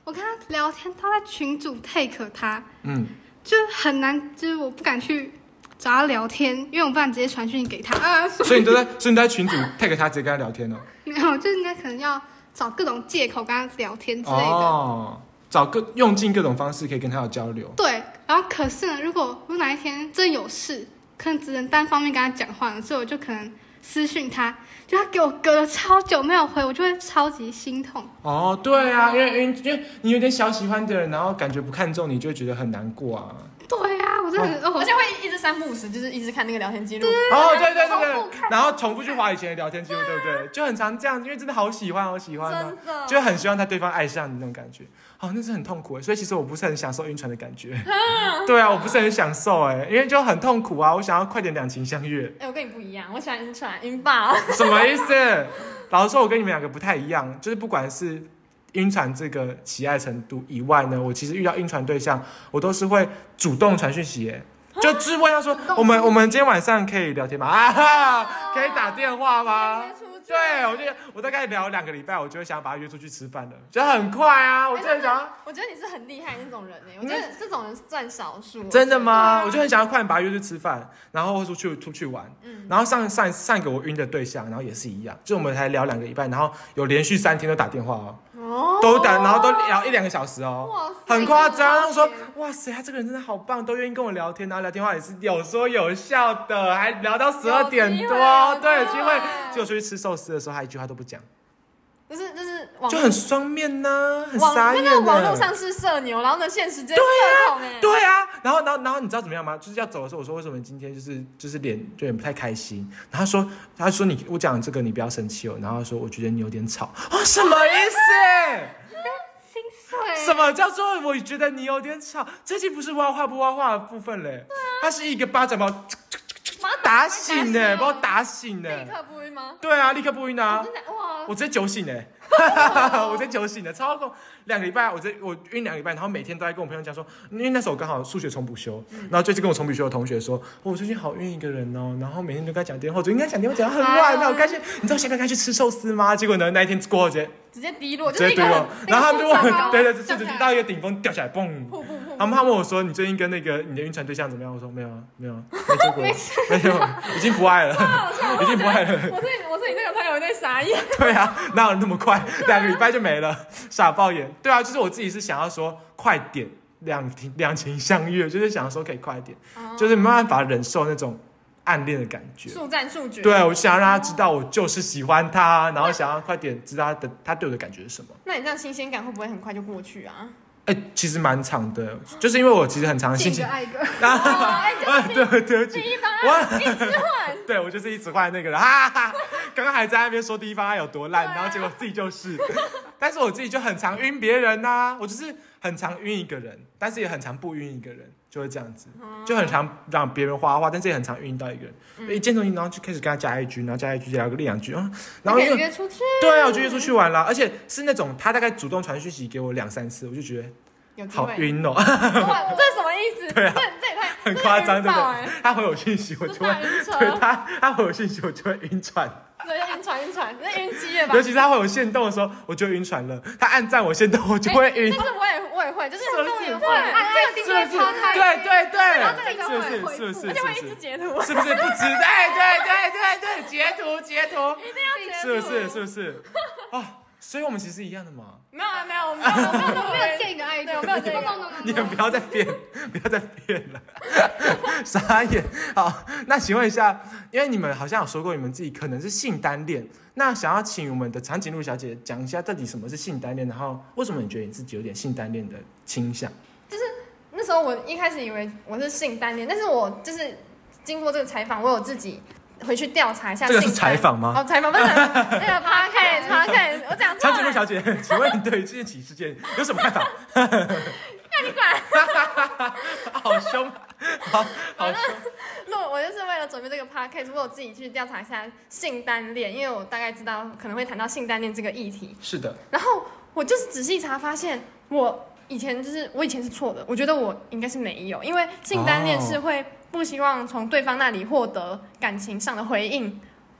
我跟他聊天，他在群组 take 他， 嗯， 就很难，就是我不敢去找他聊天，因为我不敢直接传讯息给他啊。 所以你都在，所以你都在群组 tag 他，直接跟他聊天哦。 没有，就应该可能要找各种借口跟他聊天之类的。 哦，找各用尽各种方式可以跟他有交流。 对，然后可是呢，如果我哪一天真有事，可能只能单方面跟他讲话了，所以我就可能私讯他，就他给我隔了超久没有回，我就会超级心痛。 哦，对啊，因为因为因为你有点小喜欢的人，然后感觉不看重你，就会觉得很难过啊。 对啊，我真的， 而且会一直三不五时，就是一直看那个聊天记录。 哦，对对对对，然后重复去划以前的聊天记录，对不对？就很常这样，因为真的好喜欢，好喜欢、啊， 真的， 就很希望他对方爱上你那种感觉。哦，那是很痛苦哎，所以其实我不是很享受晕船的感觉。对啊，我不是很享受哎，因为就很痛苦啊，我想要快点两情相悦。 哎、欸，我跟你不一样，我喜欢晕船晕爆。 什么意思？老实说，我跟你们两个不太一样，就是不管是晕船这个喜爱程度以外呢，我其实遇到晕船对象，我都是会主动传讯息耶。就质问他说，我们我们今天晚上可以聊天吗？啊哈，可以打电话吗？对，我就我大概聊两个礼拜，我就会想要把他约出去吃饭了，就很快啊！我就很想要、欸， 我觉得你是很厉害那种人呢、欸，我觉得这种人算少数。 真的吗？啊、我就很想要快点把他约出去吃饭，然后出去出去玩。嗯，然后上上上一个我晕的对象，然后也是一样，就我们才聊两个礼拜，然后有连续三天都打电话哦。哦，都打，然后都聊一两个小时哦，很夸张。我说，哇塞，他这个人真的好棒，都愿意跟我聊天，然后聊电话也是有说有笑的，还聊到十二点多，对，有机会。结果出去吃寿司的时候，他一句话都不讲， 就是就是就很双面呐、啊，很傻眼的。 那个网络上是社牛，然后呢，现实直接社恐哎。 对啊，然后然后然后你知道怎么样吗？就是要走的时候，我说为什么你今天就是就是脸有点不太开心？然后他说他说你我讲这个你不要生气哦，然后他说我觉得你有点吵啊、哦，什么意思？ 心碎。 什么叫做我觉得你有点吵？这期不是挖话不挖话的部分嘞，它是一个巴掌把我打醒的，把我打醒的。 立刻不晕吗？ 对啊，立刻不晕啊！ 哇， 我直接酒醒嘞。我直接酒醒了，超过两个礼拜，我直接我晕两个礼拜，然后每天都在跟我朋友讲说，因为那时候刚好数学重补修，然后就是跟我重补修的同学说，哦、我最近好晕一个人哦，然后每天都跟他讲电话，昨天跟他讲电话讲到很晚，那我该去，你知道下班该去吃寿司吗？结果呢，那一天过后直接直接低落， 直接低落，然后他们就问，对对，就就到一个顶峰掉下来，嘣，他们他问我说，你最近跟那个你的晕船对象怎么样？我说没有啊，没有，没结果，没有，已经不爱了，已经不爱了。 我是我是你那个朋友，有点傻眼。 对啊，哪有那么快？两个礼拜就没了，傻爆眼。对啊，就是我自己是想要说快点两两情相悦，就是想要说可以快点，哦、就是没办法忍受那种暗恋的感觉， 速战速决。 对，我想要让他知道我就是喜欢他，然后想要快点知道他的他对我的感觉是什么。 那你这样新鲜感会不会很快就过去啊？ 哎、欸，其实蛮长的，就是因为我其实很长的心情。 爱一个， 哎， 对对不起， 第一方案一直换， 对我就是一直换那个人，哈哈哈。刚刚还在那边说第一方案有多烂，然后结果自己就是，但是我自己就很常晕别人呐、啊，我就是很常晕一个人，但是也很常不晕一个人，就会这样子，就很常让别人花花，但是也很常晕到一个人，嗯、一见钟情，然后就开始跟他加一句，然后加一句聊个一两句，嗯，然后约出去， 对啊，我就约出去玩了，而且是那种他大概主动传讯息给我两三次，我就觉得。好晕哦！ 哇，这是什么意思？ 对啊， 这这也太很夸张，对不对？他回我讯息，我就会对他，他回我讯息，我就会晕船。 对，晕船晕船，那晕机了吧？ 尤其是他回我限动的时候，我就晕船了。他按赞我限动，我就会晕。 但是我也我也会，就是我也会，这个订阅超开心。 对对对， 然后这个是不是是不是？ 而且会一直截图， 是不是不知？对对对对对，截图截图， 一定要截图， 是不是是不是？哦。所以我们其实一样的嘛。 没有啊，没有，我没有，我没有， 我没有见一个爱对，我没有见一个。 你们不要再变，不要再变了，傻眼。好，那请问一下，因为你们好像有说过你们自己可能是性单恋，那想要请我们的长颈鹿小姐讲一下，到底什么是性单恋，然后为什么你觉得你自己有点性单恋的倾向？ 就是那时候我一开始以为我是性单恋，但是我就是经过这个采访，我有自己。回去调查一下， 这个是采访吗？ 哦，采访不是那个 podcast，podcast， 我讲错了。 长颈鹿小姐，请问你对这件起事件有什么看法？ 那你管？ 好凶，好好凶。 那我就是为了准备这个 podcast， 我有自己去调查一下性单恋，因为我大概知道可能会谈到性单恋这个议题。 是的。 然后我就是仔细查，发现我以前就是我以前是错的，我觉得我应该是没有，因为性单恋是会。不希望从对方那里获得感情上的回应，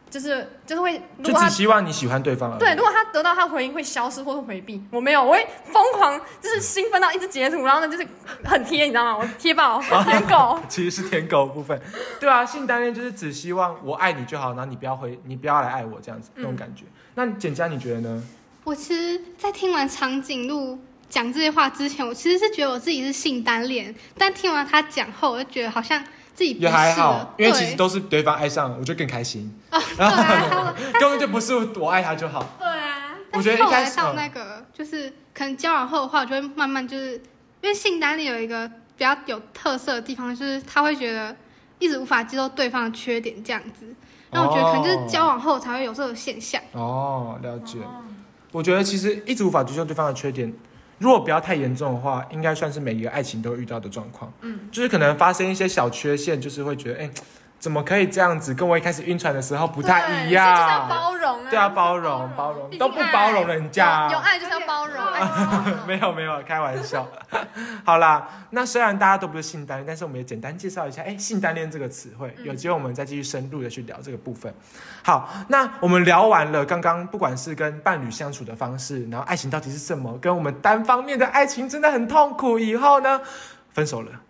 就是就是会，如就果他只希望你喜欢对方而已。 对，如果他得到他的回应会消失或是回避，我没有，我会疯狂就是兴奋到一直截图，然后呢就是很贴，你知道吗？我贴爆舔狗， 其实是舔狗的部分。对啊，性单恋就是只希望我爱你就好，然后你不要回，你不要来爱我这样子、嗯、那种感觉。那简佳你觉得呢？ 我其实，在听完长颈鹿讲这些话之前，我其实是觉得我自己是性单恋，但听完他讲后，我就觉得好像自己不是也还好，因为其实对都是对方爱上，我就更开心。 哦，对啊， 根本就不是我爱他就好。 对啊， 我觉得一开始但是后来到那个，就是可能交往后的话，我就会慢慢就是，因为性单恋有一个比较有特色的地方，就是他会觉得一直无法接受对方的缺点这样子。那我觉得可能就是交往后才会有这个现象。 哦，了解。哦、我觉得其实一直无法接受对方的缺点，如果不要太严重的话，应该算是每一个爱情都会遇到的状况。嗯，就是可能发生一些小缺陷，就是会觉得，哎、欸，怎么可以这样子？跟我一开始晕船的时候不太一样。 就是要包容啊。 对啊，包容包容，都不包容人家。 有, 有爱就是要包容。 没有没有，开玩笑。好啦，那虽然大家都不是性单恋，但是我们也简单介绍一下，哎，性单恋这个词汇，有机会我们再继续深入的去聊这个部分。好，那我们聊完了刚刚不管是跟伴侣相处的方式，然后爱情到底是什么，跟我们单方面的爱情真的很痛苦，以后呢，分手了。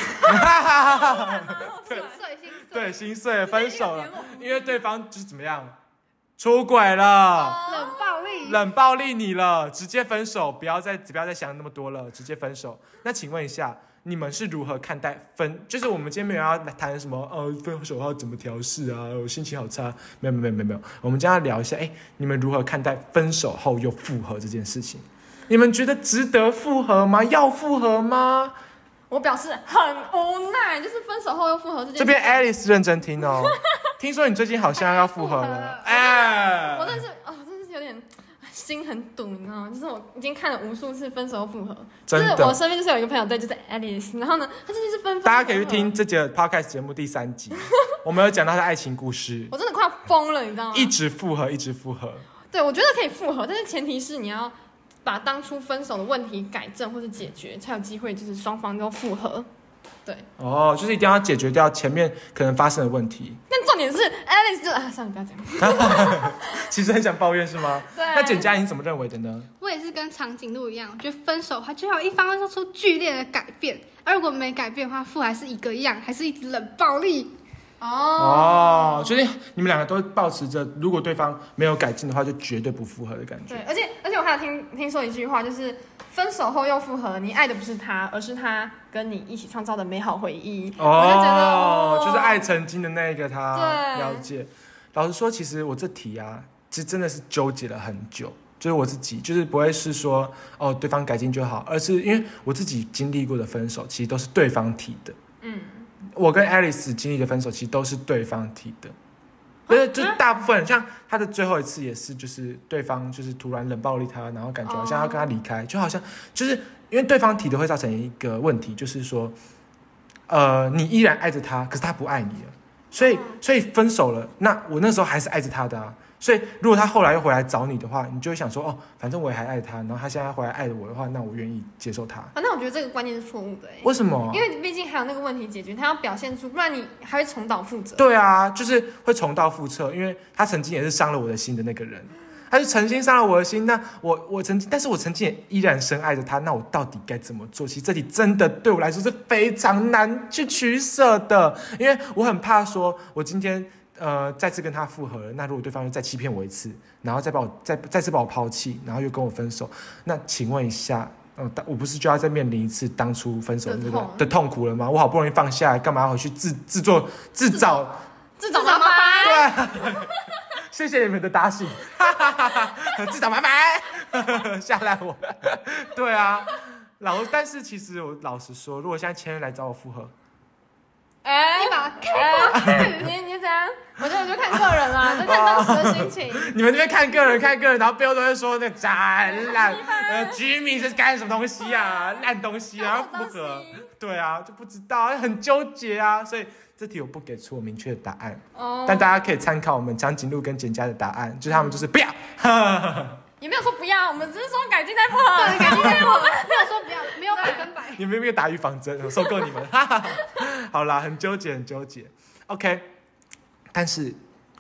对， 对，心碎了，分手了，因为对方就是怎么样，出轨了， 冷暴力， 冷暴力你了，直接分手，不要再不要再想那么多了，直接分手。那请问一下，你们是如何看待分？就是我们今天没有要谈什么，呃，分手后怎么调试啊？我心情好差，没有没有没有没有，我们今天要聊一下，哎，你们如何看待分手后又复合这件事情？你们觉得值得复合吗？要复合吗？ 我表示很无奈，就是分手后又复合这件事。 这边 Alice 认真听哦，听说你最近好像要复合了，哎， 我真的是哦，真的是有点心很堵，你知道吗？就是我已经看了无数次分手后复合， 真的， 就是我身边就是有一个朋友，对，就是 Alice， 然后呢，他真的是分， 大家可以去听这节 podcast 节目第三集，我们有讲到他的爱情故事， 我真的快要疯了，你知道吗？ 一直复合，一直复合。 对，我觉得可以复合，但是前提是你要把当初分手的问题改正或是解决，才有机会就是双方都复合。对， 哦，就是一定要解决掉前面可能发生的问题。 但重点是 Alice 就啊，算了，不要讲。 其实很想抱怨是吗？ 对。 那简佳你怎么认为的呢？ 我也是跟长颈鹿一样，我觉得分手的话，最好一方会做出剧烈的改变，而如果没改变的话，复还是一个样，还是一直冷暴力。 哦哦，所以你们两个都抱持着，如果对方没有改进的话，就绝对不复合的感觉。 对，而且而且我还有听听说一句话，就是分手后又复合，你爱的不是他，而是他跟你一起创造的美好回忆。 哦， 我就觉得哦， 就是爱曾经的那一个他。 对， 了解。老实说，其实我这题啊，其实真的是纠结了很久。就是我自己，就是不会是说哦对方改进就好，而是因为我自己经历过的分手，其实都是对方提的。嗯。我跟 Alice 经历的分手其实都是对方提的，所以就大部分像他的最后一次也是，就是对方就是突然冷暴力他，然后感觉好像要跟他离开，就好像就是因为对方提的会造成一个问题，就是说，呃，你依然爱着他，可是他不爱你了，所以所以分手了，那我那时候还是爱着他的啊。所以，如果他后来又回来找你的话，你就会想说，哦，反正我也还爱他，然后他现在回来爱我的话，那我愿意接受他。 啊，那我觉得这个观念是错误的， 为什么？ 因为毕竟还有那个问题解决，他要表现出，不然你还会重蹈覆辙。 对啊，就是会重蹈覆辙，因为他曾经也是伤了我的心的那个人，他是曾经伤了我的心，那我我曾经，但是我曾经也依然深爱着他，那我到底该怎么做？其实这里真的对我来说是非常难去取舍的，因为我很怕说，我今天。呃，再次跟他复合了，那如果对方又再欺骗我一次，然后再把我再再次把我抛弃，然后又跟我分手，那请问一下，呃，我不是就要再面临一次当初分手的那个的痛苦了吗？我好不容易放下来，干嘛要回去自自作自找自找麻烦？ 对，谢谢你们的打醒，自找麻烦，下来我，对啊，老但是其实我老实说，如果现在前任来找我复合。 哎， 你把它开过去， 你你怎样？我觉得我就看个人啦，就看当时的心情。 你们这边看个人看个人，然后背后都会说那渣烂，呃，居民是干什么东西啊，烂东西啊，不合，对啊，就不知道，很纠结啊，所以这题我不给出我明确的答案，哦，但大家可以参考我们长颈鹿跟简佳的答案，就是他们就是不要。 也没有说不要，我们只是说改进再复合， 对，改进再复合，没有说不要，没有百分百。 你们有没有打预防针？我受够你们。好啦，很纠结，很纠结。OK， 但是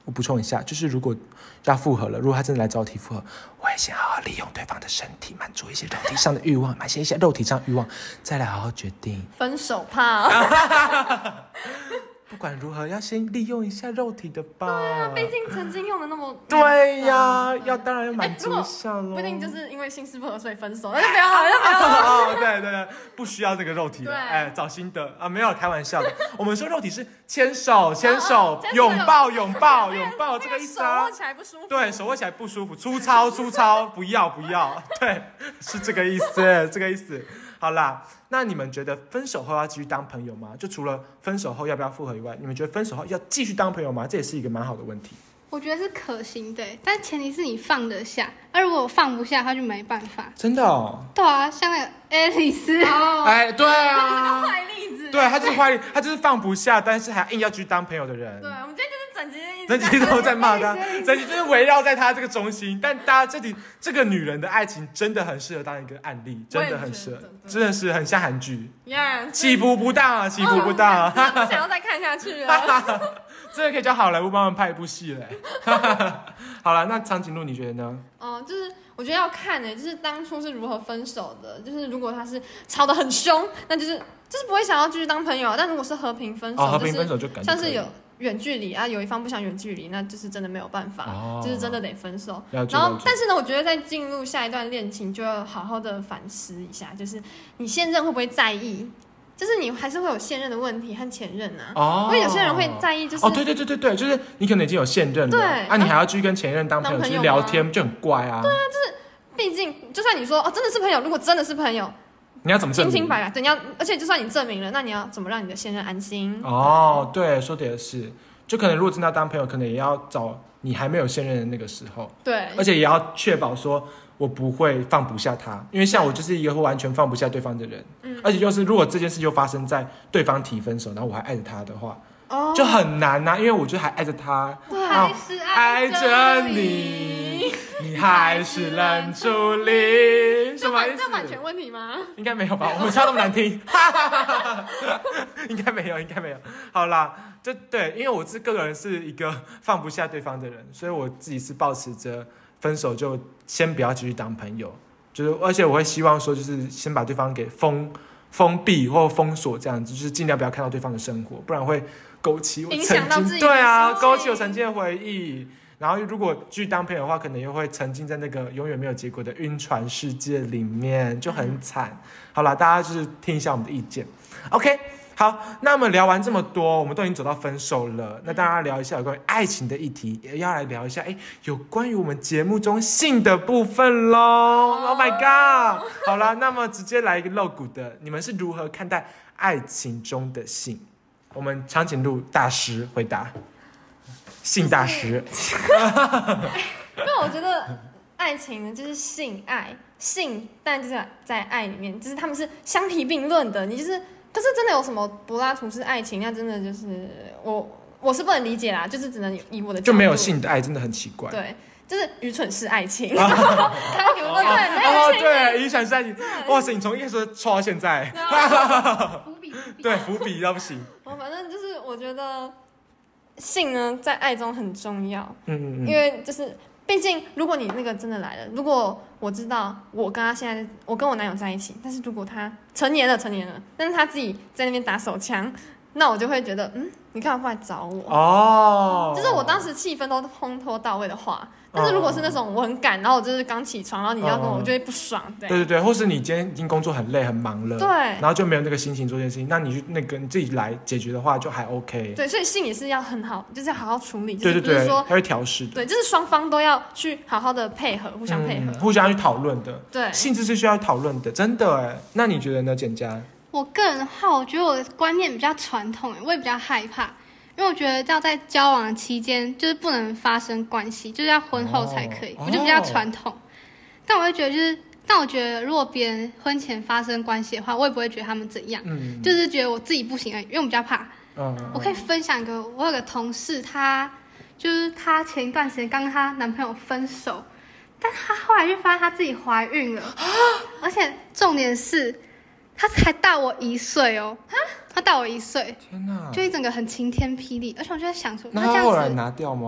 我补充一下，就是如果要复合了，如果他真的来找我提复合，我会先好好利用对方的身体，满足一些肉体上的欲望，满足一些肉体上的欲望，再来好好决定分手怕。 不管如何，要先利用一下肉体的吧。 对啊，毕竟曾经用的那么。 对呀，对要当然要满足一下喽。 不一定就是因为性事不合所以分手，那就不要了，就不要了。 哦，对对对，不需要这个肉体了。哎，找新的啊，没有开玩笑的。我们说肉体是牵手、牵手、拥抱、拥抱、拥抱这个意思啊。 手握起来不舒服。 对，手握起来不舒服，粗糙、粗糙，不要不要。对，是这个意思，这个意思。好啦，那你们觉得分手后要继续当朋友吗？就除了分手后要不要复合以外，你们觉得分手后要继续当朋友吗？这也是一个蛮好的问题。 我觉得是可行的，但前提是你放得下。那、啊、如果我放不下，他就没办法。 真的哦？ 对啊，像那个爱丽丝， 哦、 哎，对啊， 坏例子。 对，他就是坏例，他就是放不下，但是还硬要继续当朋友的人。 对，我们今天就是整集整集都在骂他，整集就是围绕在他这个中心。但大家这里这个女人的爱情真的很适合当一个案例，真的很适合，真的是很像韩剧。 Yeah, 起伏不当啊，起伏不当啊！ 哦、不想要再看下去了。 这个可以叫好莱坞帮我们拍一部戏嘞。好了，那长颈鹿你觉得呢？ 哦、呃，就是我觉得要看呢，就是当初是如何分手的。就是如果他是吵得很凶，那就是就是不会想要继续当朋友。但如果是和平分手， 哦、和平分手就感觉像是有远距离啊，有一方不想远距离，那就是真的没有办法，哦、就是真的得分手。然后，但是呢，我觉得在进入下一段恋情，就要好好的反思一下，就是你现任会不会在意？就是你还是会有现任的问题和前任啊，哦、因为有些人会在意，就是哦，对对对对对，就是你可能已经有现任了， 对， 啊，你还要继续跟前任当朋友去聊天，就很怪啊。 对啊，就是毕竟，就算你说哦，真的是朋友，如果真的是朋友， 你要怎么证明？ 清清白白，对，你要，而且就算你证明了，那你要怎么让你的现任安心？ 哦，对，说的也是，就可能如果真的要当朋友，可能也要找你还没有现任的那个时候， 对， 而且也要确保说。我不会放不下他，因为像我就是一个会完全放不下对方的人，嗯，而且就是如果这件事就发生在对方提分手，然后我还爱着他的话，哦，就很难啊，因为我就还爱着他， 我还是爱着你， 你还是冷处理，什么意思？ 这版权问题吗？ 应该没有吧？我们唱那么难听，应该没有，应该没有。好啦，就对，因为我是个人是一个放不下对方的人，所以我自己是抱持着。分手就先不要继续当朋友，就是而且我会希望说，就是先把对方给封封闭或封锁这样子，就是尽量不要看到对方的生活，不然会勾起我曾经对啊，勾起我曾经的回忆。然后如果继续当朋友的话，可能又会沉浸在那个永远没有结果的晕船世界里面，就很惨。好啦，大家就是听一下我们的意见 ，OK。好，那我们聊完这么多，我们都已经走到分手了。那当然聊一下有关于爱情的议题，也要来聊一下，哎，有关于我们节目中性的部分咯。Oh my god！ 好啦，那么直接来一个露骨的，你们是如何看待爱情中的性？我们长颈鹿大师回答，性大师。 因为我觉得爱情呢，就是性爱，性，但就是在爱里面，就是他们是相提并论的。你就是。可是真的有什么柏拉图式爱情？那真的就是我我是不能理解啦，就是只能以我的角度就没有性的爱，真的很奇怪。 对，就是愚蠢式爱情。 哦， 对， 对，愚蠢式爱情。哇塞，你从一开始戳到现在， 伏笔， 对，伏笔到不行。 哦，反正就是我觉得性呢，在爱中很重要。 嗯嗯嗯， 因为就是。毕竟，如果你那个真的来了，如果我知道我跟他现在，我跟我男友在一起，但是如果他成年了，成年了，但是他自己在那边打手枪，那我就会觉得，嗯，你干嘛不来找我？ 哦， 就是我当时气氛都烘托到位的话，但是如果是那种我很赶，然后我就是刚起床，然后你要跟我，我就会不爽。对对对，或是你今天已经工作很累很忙了， 对， 然后就没有那个心情做这件事情，那你去那个你自己来解决的话，就还 OK。 对，所以性也是要很好，就是要好好处理， 对对对， 就是说他会调试的， 对，就是双方都要去好好的配合，互相配合， 嗯、互相去讨论的。 对， 性质是需要讨论的，真的哎。那你觉得呢，简佳？ 我个人的话，我觉得我的观念比较传统，我也比较害怕，因为我觉得要在交往期间就是不能发生关系，就是要婚后才可以，哦、我就比较传统。哦、但我会觉得就是，但我觉得如果别人婚前发生关系的话，我也不会觉得他们怎样，嗯、就是觉得我自己不行而已，因为我比较怕。嗯、我可以分享一个，我有个同事，她就是她前一段时间刚跟她男朋友分手，但她后来就发现她自己怀孕了，而且重点是。他才大我一岁哦，他大我一岁， 天哪， 就一整个很晴天霹雳，而且我就在想说， 那他后来拿掉吗？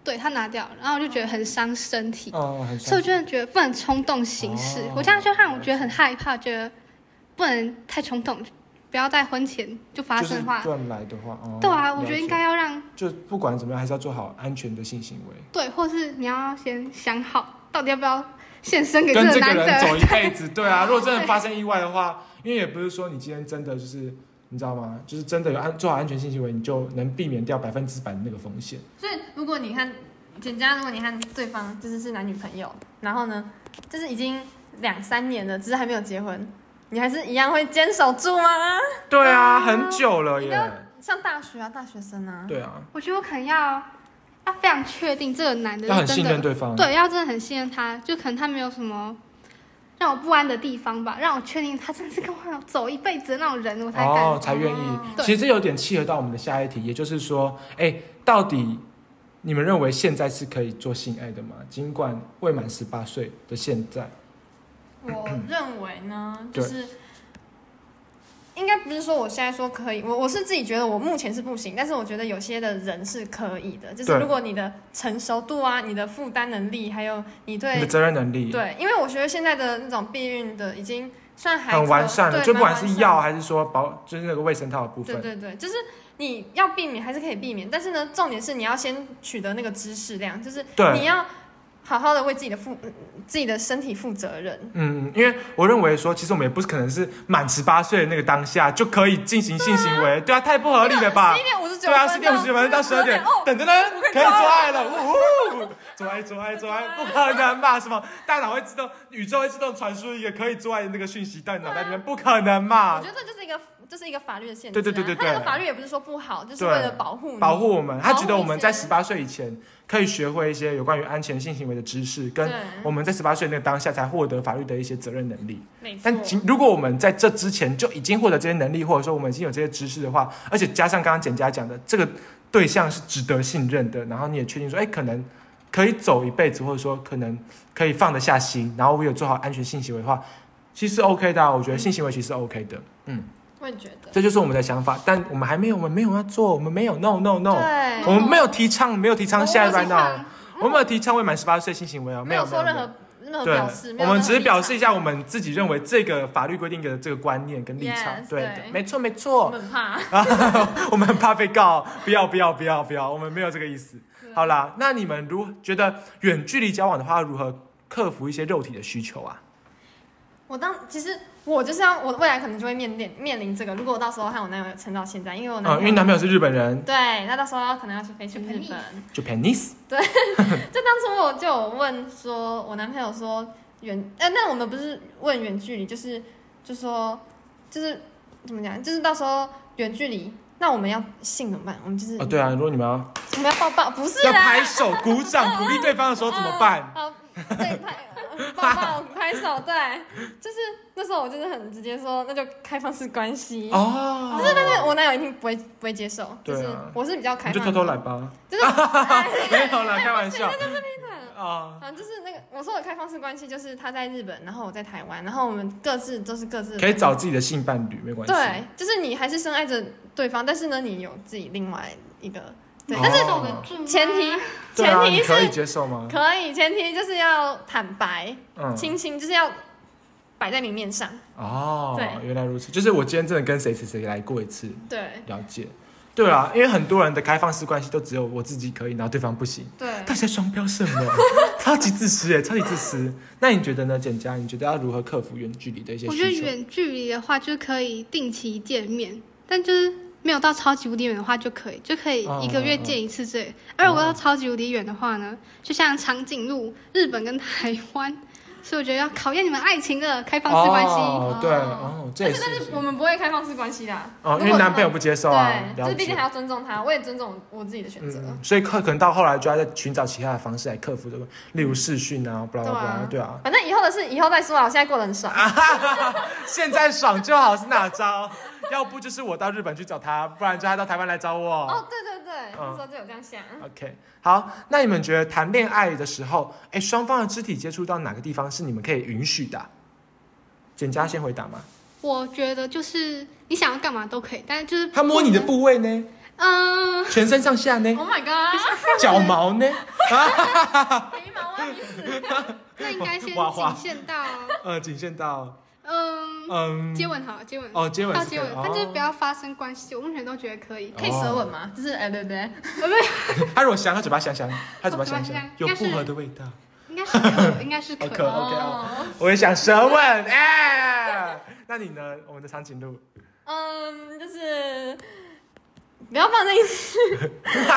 对他拿掉了，然后我就觉得很伤身体， 哦，很所以我真的觉得不能冲动行事。 哦、 我这样就让我觉得很害怕，觉得不能太冲动，不要在婚前就发生的话， 就是乱来的话，哦、 对啊，我觉得应该要让， 就不管怎么样，还是要做好安全的性行为。 对，或是你要先想好，到底要不要献身给跟这个男的， 人走一辈子。对啊，如果真的发生意外的话，因为也不是说你今天真的就是。你知道吗？就是真的有安做好安全性行为，你就能避免掉百分之百的那个风险。 所以，如果你看简家，如果你看对方就是是男女朋友，然后呢，就是已经两三年了，只是还没有结婚，你还是一样会坚守住吗？ 对啊，很久了耶。 像大学啊，大学生啊。 对啊。 我觉得我可能要要非常确定这个男的要很信任对方， 对，要真的很信任他，就可能他没有什么。让我不安的地方吧，让我确定他真的是跟我走一辈子的那种人，我才敢哦，才愿意。其实这有点契合到我们的下一题，也就是说，哎，到底你们认为现在是可以做性爱的吗？尽管未满十八岁的现在， 我认为呢，就是应该不是说我现在说可以，我我是自己觉得我目前是不行，但是我觉得有些的人是可以的，就是如果你的成熟度啊、你的负担能力，还有你对你的责任能力， 对，因为我觉得现在的那种避孕的已经算还很完善了，就不管是药还是说保，就是那个卫生套的部分， 对对对，就是你要避免还是可以避免，但是呢，重点是你要先取得那个知识量，就是你要好好的为自己的负自己的身体负责任。 嗯，因为我认为说，其实我们也不是可能是满十八岁的那个当下就可以进行性行为，对啊，太不合理了吧？ 十一点五十九， 对啊，十点五十九分到十二点，等着呢，可以做爱了，呜呼，做爱做爱做爱，不可能吧？什么大脑会自动，宇宙会自动传输一个可以做爱的那个讯息到你脑袋里面，不可能嘛？ 我觉得这就是一个。这是一个法律的限制、啊， 对对对对对， 他那个法律也不是说不好，就是为了保护你保护我们。他觉得我们在十八岁以前可以学会一些有关于安全性行为的知识，跟我们在十八岁那个当下才获得法律的一些责任能力。但如果我们在这之前就已经获得这些能力，或者说我们已经有这些知识的话，而且加上刚刚简家讲的这个对象是值得信任的，然后你也确定说，哎，可能可以走一辈子，或者说可能可以放得下心，然后我有做好安全性行为的话，其实 OK 的、啊。我觉得性行为其实 OK 的，嗯。 我也觉得， 这就是我们的想法，但我们还没有，我们没有要做，我们没有 no no no， 对， 我们没有提倡，没有提倡现在 right now，我们没有提倡未满十八岁性行为哦， 没有说任何任何表示， 我们只是表示一下我们自己认为这个法律规定的这个观念跟立场， yes, 对的， 对没错没错， 我们很怕， 我们很怕被告，不要不要不要不要，我们没有这个意思。好啦，那你们如觉得远距离交往的话，如何克服一些肉体的需求啊？ 我当其实我就是要我未来可能就会面临面临这个，如果我到时候和我男友撑到现在，因为我男友、 嗯、因为男朋友是日本人， 对，那到时候可能要去飞去日本 ，Japanese， 对，就当初我就有问说，我男朋友说远，呃，那我们不是问远距离，就是就说就是怎么讲，就是到时候远距离，那我们要性怎么办？我们就是哦，对啊，如果你们要我们要抱抱，不是要拍手鼓掌鼓励对方的时候怎么办？ 好，对，拍抱抱拍手，对，就是那时候我就是很直接说，那就开放式关系哦。 就是但是我男友一定不会不会接受， 对啊、 就是我是比较开放， 你就偷偷来吧， 就是没有啦，开玩笑， 那就是劈腿啊，反正就是那个我说的开放式关系，就是他在日本，然后我在台湾，然后我们各自都是各自可以找自己的性伴侣，没关系。 对，就是你还是深爱着对方，但是呢，你有自己另外一个。对， 哦、 但是前提前提是、 啊、可以接受吗？ 可以，前提就是要坦白、 嗯、 清新，就是要摆在明面上。 哦， 对， 原来如此，就是我今天真的跟谁谁谁来过一次， 对， 了解。对啦，因为很多人的开放式关系都只有我自己可以，然后对方不行。 对， 大家双标什么？超级自私耶，超级自私。那你觉得呢，简佳？你觉得要如何克服远距离的一些需求？ 我觉得远距离的话，就可以定期见面，但就是没有到超级无敌远的话，就可以就可以一个月见一次之类。哦、而如果要超级无敌远的话呢，就像长颈鹿、日本跟台湾。所以我觉得要考验你们爱情的开放式关系。 哦，对，哦，这也是。 但是我们不会开放式关系啦。 哦，因为男朋友不接受啊。 对，就是毕竟还要尊重他，我也尊重我自己的选择。 嗯，所以可可能到后来就要再寻找其他的方式来克服这个，例如视讯啊，巴拉巴拉，对啊。 反正以后的事以后再说啊，我现在过得很爽。 现在爽就好是哪招？要不就是我到日本去找他，不然就他到台湾来找我。 哦，对对对，嗯、那时候就有这样想。 OK， 好，那你们觉得谈恋爱的时候，哎，双方的肢体接触到哪个地方是你们可以允许的、啊？简佳先回答吗？ 我觉得就是你想要干嘛都可以，但是就是他摸你的部位呢？ 嗯， 全身上下呢？ Oh my god！ 脚毛呢？ 眉毛啊，你死掉！ 那应该先哇哇仅限到呃，仅限到嗯嗯接吻好，接吻哦，接吻是可以到接吻，但就是哦不要发生关系。我目前都觉得可以， 可以舌吻吗？就是哎，对对， 呃不， 他如果香，他嘴巴香香，他嘴巴香香哦， 有应该是薄荷的味道。 应该是可，应该是可。 哦可 OK 哦哦，我也想舌吻哎。那你呢？我们的长颈鹿。 嗯，就是不要放进去，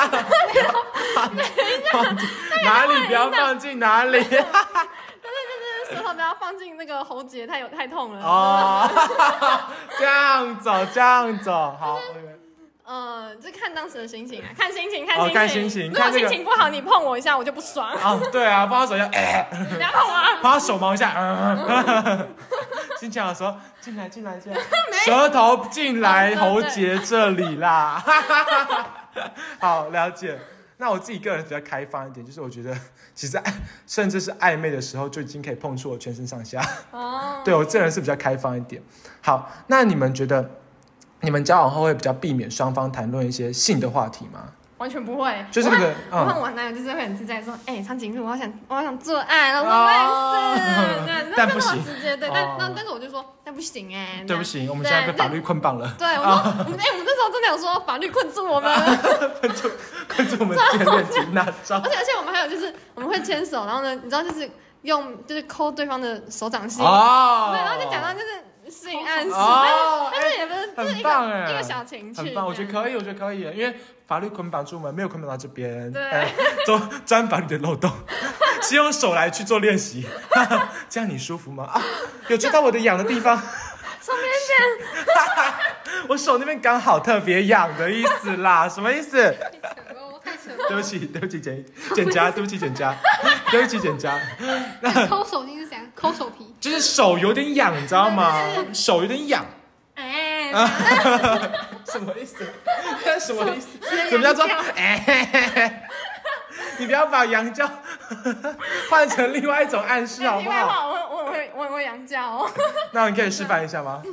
哪里不要放进哪里？ 就是舌头不要放进那个喉结，太有太痛了。 哦，这样走，这样走，好。 呃，就看当时的心情啊，看心情，看心情。 哦看心情如果看这个心情不好，你碰我一下，我就不爽。 哦，对啊，帮他手一下，哎， 不要碰我啊！ 帮他手毛一下，嗯。心情好的时候，进来，进来，进来，舌头进来喉结这里啦。好，了解。那我自己个人比较开放一点，就是我觉得其实甚至是暧昧的时候就已经可以碰触我全身上下。 哦， 对我这人是比较开放一点。好，那你们觉得你们交往后会比较避免双方谈论一些性的话题吗？ 完全不会， 就是那个， 我和我男友就是会很自在说，哎，长颈鹿，我好想，我好想做爱，然后我也是，对， 但不行， 直接对，但但但是我就说，那不行哎， 对不行，我们现在被法律捆绑了。 对，我说，我们哎，我们那时候真的有说法律困住我们， 困住困住我们恋恋情那招。 而且而且我们还有就是我们会牵手，然后呢，你知道就是用就是抠对方的手掌心， 哦， 对，然后就讲到就是。性暗示， 哦、 但是也不是，就是一个一个小情趣， 很棒，我觉得可以，我觉得可以，因为法律捆绑住我们，没有捆绑到这边， 对， 哎、做钻法律的漏洞，是用手来去做练习，这样你舒服吗？啊，有抓到我的痒的地方， 手边边， 我手那边刚好特别痒的意思啦，什么意思？对不起，对不起，剪剪家，对不起，剪家，对不起，剪家。 抠手心是怎样？抠手皮， 就是手有点痒，你知道吗？手有点痒。 哎， 什么意思？什么意思？什么叫做哎？你不要把羊叫换成另外一种暗示好不好？ 我我我会我会羊叫哦。 那你可以示范一下吗？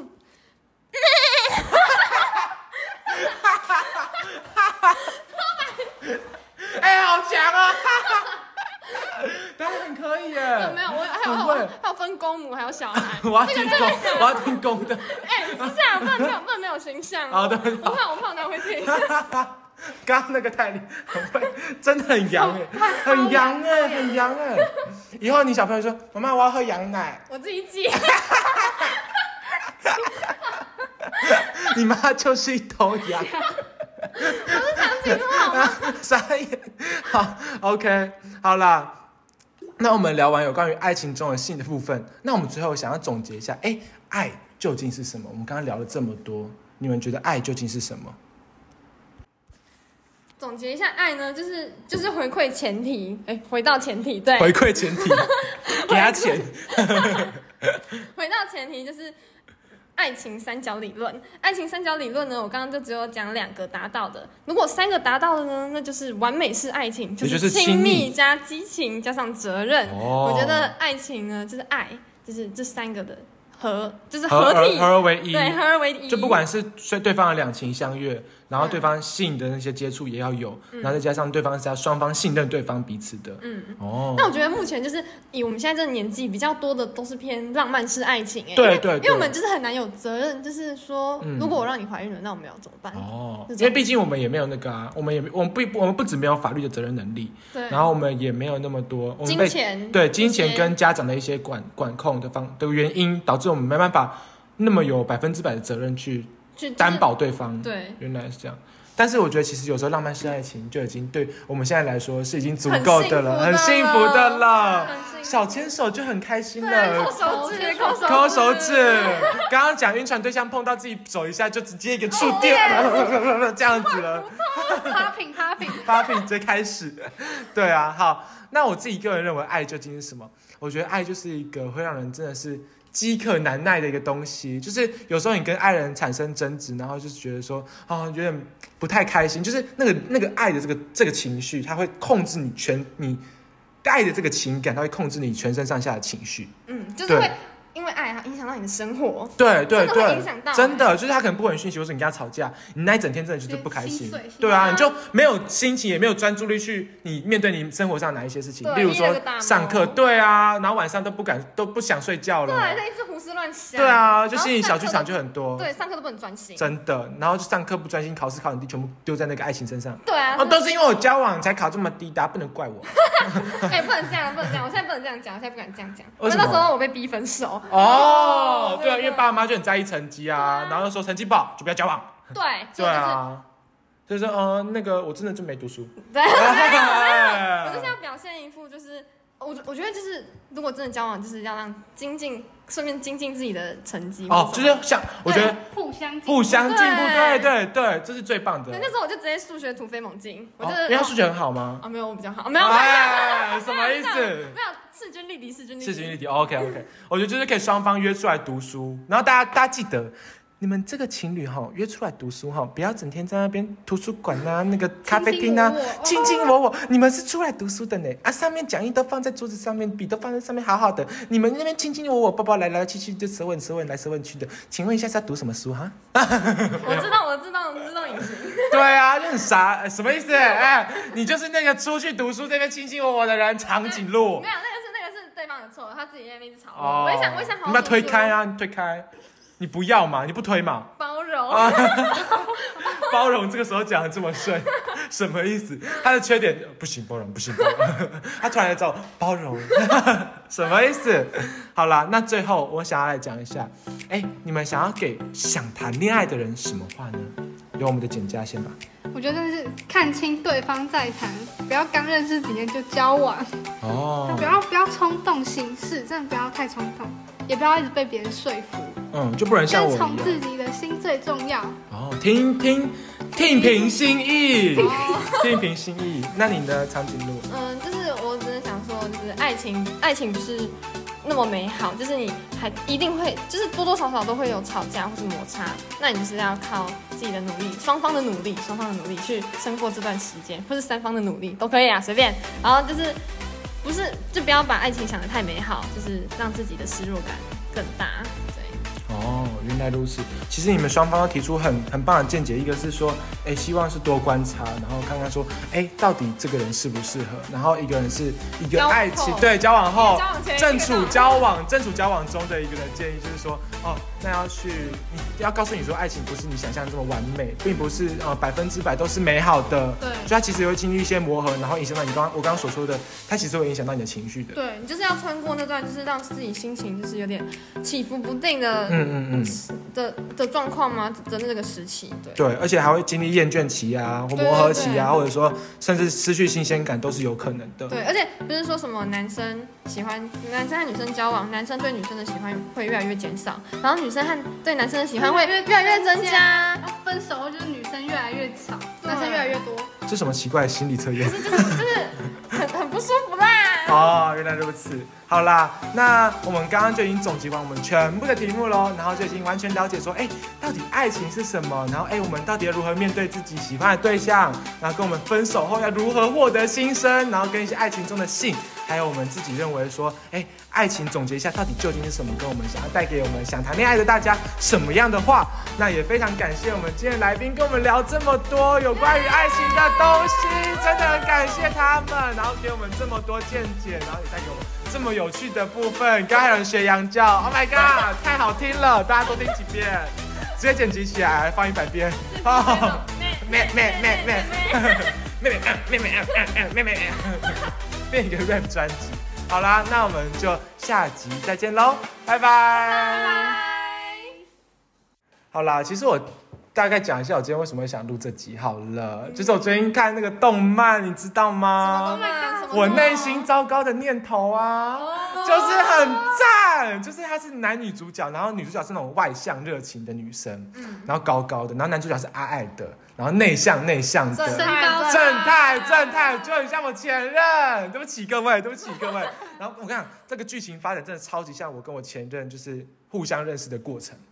哎，好强啊！当然很可以耶。 没有，我还有还有还有分公母，还有小孩。 我要听公，我要听公的。 哎，是这样，不能没有不能没有形象。 好的， 我怕我怕我男会听。 刚刚那个太厉很会，真的很洋哎，很洋哎，很洋哎。以后你小朋友说，妈妈我要喝羊奶， 我自己挤。 你妈就是一头羊。 我是长颈鹿好吗？ 傻眼。好 ，OK， 好啦。那我们聊完有关于爱情中的性的部分，那我们最后想要总结一下，哎，爱究竟是什么？我们刚刚聊了这么多，你们觉得爱究竟是什么？ 总结一下，爱呢，就是就是回馈前提，哎，回到前提，对， 回馈前提，给他钱。 回到前提就是爱情三角理论。爱情三角理论呢，我刚刚就只有讲两个达到的，如果三个达到的呢，那就是完美式爱情，就是亲密加激情加上责任。 哦、 我觉得爱情呢，就是爱，就是这三个的。合就是合体， 合而为一， 对，合而为一。 就不管是对方的两情相悦，然后对方性的那些接触也要有，嗯、然后再加上对方是要双方信任对方彼此的。嗯，哦。 那我觉得目前就是以我们现在这个年纪，比较多的都是偏浪漫式爱情、欸，哎， 对 对, 對， 因为我们就是很难有责任，就是说，嗯、如果我让你怀孕了，那我们要怎么办？ 哦，因为毕竟我们也没有那个啊，我们也我们不我们不只没有法律的责任能力，对，然后我们也没有那么多我们被金钱， 对金钱跟家长的一些管管控的方的原因，导致我们没办法。那么有百分之百的责任去担保对方， 对， 原来是这样。但是我觉得其实有时候浪漫式爱情就已经对我们现在来说是已经足够的了，很幸福的了，小牵手就很开心了， 抠手指， 抠手指。刚刚讲晕船对象碰到自己手一下就直接一个触电，这样子了。 popping popping popping 直接开始，对啊，好。那我自己个人认为爱究竟是什么？我觉得爱就是一个会让人真的是。饥渴难耐的一个东西，就是有时候你跟爱人产生争执，然后就是觉得说啊、哦，有点不太开心，就是那个那个爱的这个这个情绪，它会控制你全你爱的这个情感，它会控制你全身上下的情绪。 嗯，就是会因为爱影响到你的生活。 对对真的会对影响到， 真的就是他可能不回讯息，或者你跟他吵架，你那一整天真的就是不开心心碎心。 对啊， 碎你就没有心情，也没有专注力去你面对你生活上哪一些事情， 对例如说一人个大猫上课，对啊，然后晚上都不敢都不想睡觉了。 对，他一直胡思乱想。 对啊，就然后心理小剧场上课就很多。 对，上课都不能专心。 真的，然后就上课不专心，考试考很低，全部丢在那个爱情身上。 对啊， 哦，都是因为我交往才考这么低的啊，不能怪我。 哎、不能这样，不能这样，我现在不能这样讲，我现在不敢这样讲。 为什么那时候我被逼分手。 哦，对啊， 对因为爸妈就很在意成绩啊，然后说成绩不好就不要交往。 对， 对啊，所以说，呃，那个我真的就没读书。 对，我就是要表现一副就是，我我觉得就是，如果真的交往，就是要让精进，顺便精进自己的成绩。 哦，就是像我觉得互相进步互相进步，对对对对，这是最棒的。 对，那时候我就直接数学突飞猛进，我就是、 哦因为他数学很好吗？ 啊，没有我比较好，没有，没有， 哎，什么意思？ 没有，势均力敌，势均力敌。 事情一题 ，OK OK， 我觉得就是可以双方约出来读书，然后大家大家记得，你们这个情侣哈约出来读书哈，不要整天在那边图书馆啊、那个咖啡厅啊卿卿卿我我，你们是出来读书的呢啊，上面讲义都放在桌子上面，笔都放在上面好好的，你们那边卿卿我我、抱抱来来去去就舌吻舌吻来舌吻去的，请问一下是要读什么书哈？ 我知道，我知道，我知道隐形。 对啊，就很傻，什么意思？哎，你就是那个出去读书这边卿卿我我的人，长颈鹿没。有，那个是那个是对方的错，他自己在那边一直吵我。 哦我也想，我也想好好你把它推读书开啊，你推开，你不要嘛，你不推嘛。 包容。 啊，包容这个时候讲的这么顺，什么意思？他的缺点不行，包容不行，包容。他突然来找我包容，什么意思？好啦，那最后我想要来讲一下，哎，你们想要给想谈恋爱的人什么话呢？由我们的简家先吧。 我觉得真的是看清对方再谈，不要刚认识几年就交往， 哦不要不要冲动行事，真的不要太冲动，也不要一直被别人说服， 嗯，就不能像我一跟从自样。 己的心最重要。 哦，听听听凭心意，听凭心意。那你呢，长颈鹿？ 嗯，就是我只是想说，就是爱情，爱情不是那么美好，就是你还一定会，就是多多少少都会有吵架或是摩擦，那你就是要靠自己的努力，双方的努力，双方的努力去撑过这段时间，或是三方的努力都可以啊，随便。然后就是不是就不要把爱情想得太美好，就是让自己的失落感更大。对， 哦，原来如此。其实你们双方都提出很很棒的见解，一个是说，哎，希望是多观察，然后看看说，哎，到底这个人适不适合。然后一个人是一个交往爱情， 后对，交往后交往前正处交往正处交往中的一个人建议就是说，哦，那要去，你要告诉你说，爱情不是你想象这么完美，并不是呃百分之百都是美好的。 对所以它其实会经历一些磨合，然后影响到你刚刚我刚刚所说的，它其实会影响到你的情绪的。 对你就是要穿过那段，就是让自己心情就是有点起伏不定的， 嗯嗯嗯。 的的状况吗？的那个时期，对。 对，而且还会经历厌倦期啊，或对磨合期啊， 对或者说甚至失去新鲜感都是有可能的。 对，而且不是说什么男生喜欢男生和女生交往，男生对女生的喜欢会越来越减少，然后女生和对男生的喜欢会越来越增加。 然后分手后就是女生越来越少，男生越来越多。 这是什么奇怪的心理测验？ 就是就是很很不舒服啦。 哦，原来如此。好啦，那我们刚刚就已经总结完我们全部的题目喽，然后就已经完全了解说，哎，到底爱情是什么？然后，哎，我们到底要如何面对自己喜欢的对象？然后跟我们分手后要如何获得新生？然后跟一些爱情中的性，还有我们自己认为说，哎，爱情总结一下到底究竟是什么？跟我们想要带给我们想谈恋爱的大家什么样的话？那也非常感谢我们今天来宾跟我们聊这么多有关于爱情的东西，真的很感谢他们，然后给我们这么多见解，然后也带给我们这么有趣的部分。刚刚还有人学羊叫 ，Oh my god， 太好听了，大家多听几遍，直接剪辑起来放一百遍。哦，妹妹妹妹妹妹妹妹妹妹妹，变一个 rap 专辑。好啦，那我们就下集再见喽，拜拜。好啦，其实我大概讲一下我今天为什么会想录这集好了，就是我最近看那个动漫，你知道吗？我内心糟糕的念头啊，就是很赞，就是她是男女主角，然后女主角是那种外向热情的女生，然后高高的，然后男主角是矮矮的，然后内向内向的， 身高正太正太就很像我前任，对不起各位，对不起各位。然后我跟你讲，这个剧情发展真的超级像我跟我前任就是互相认识的过程。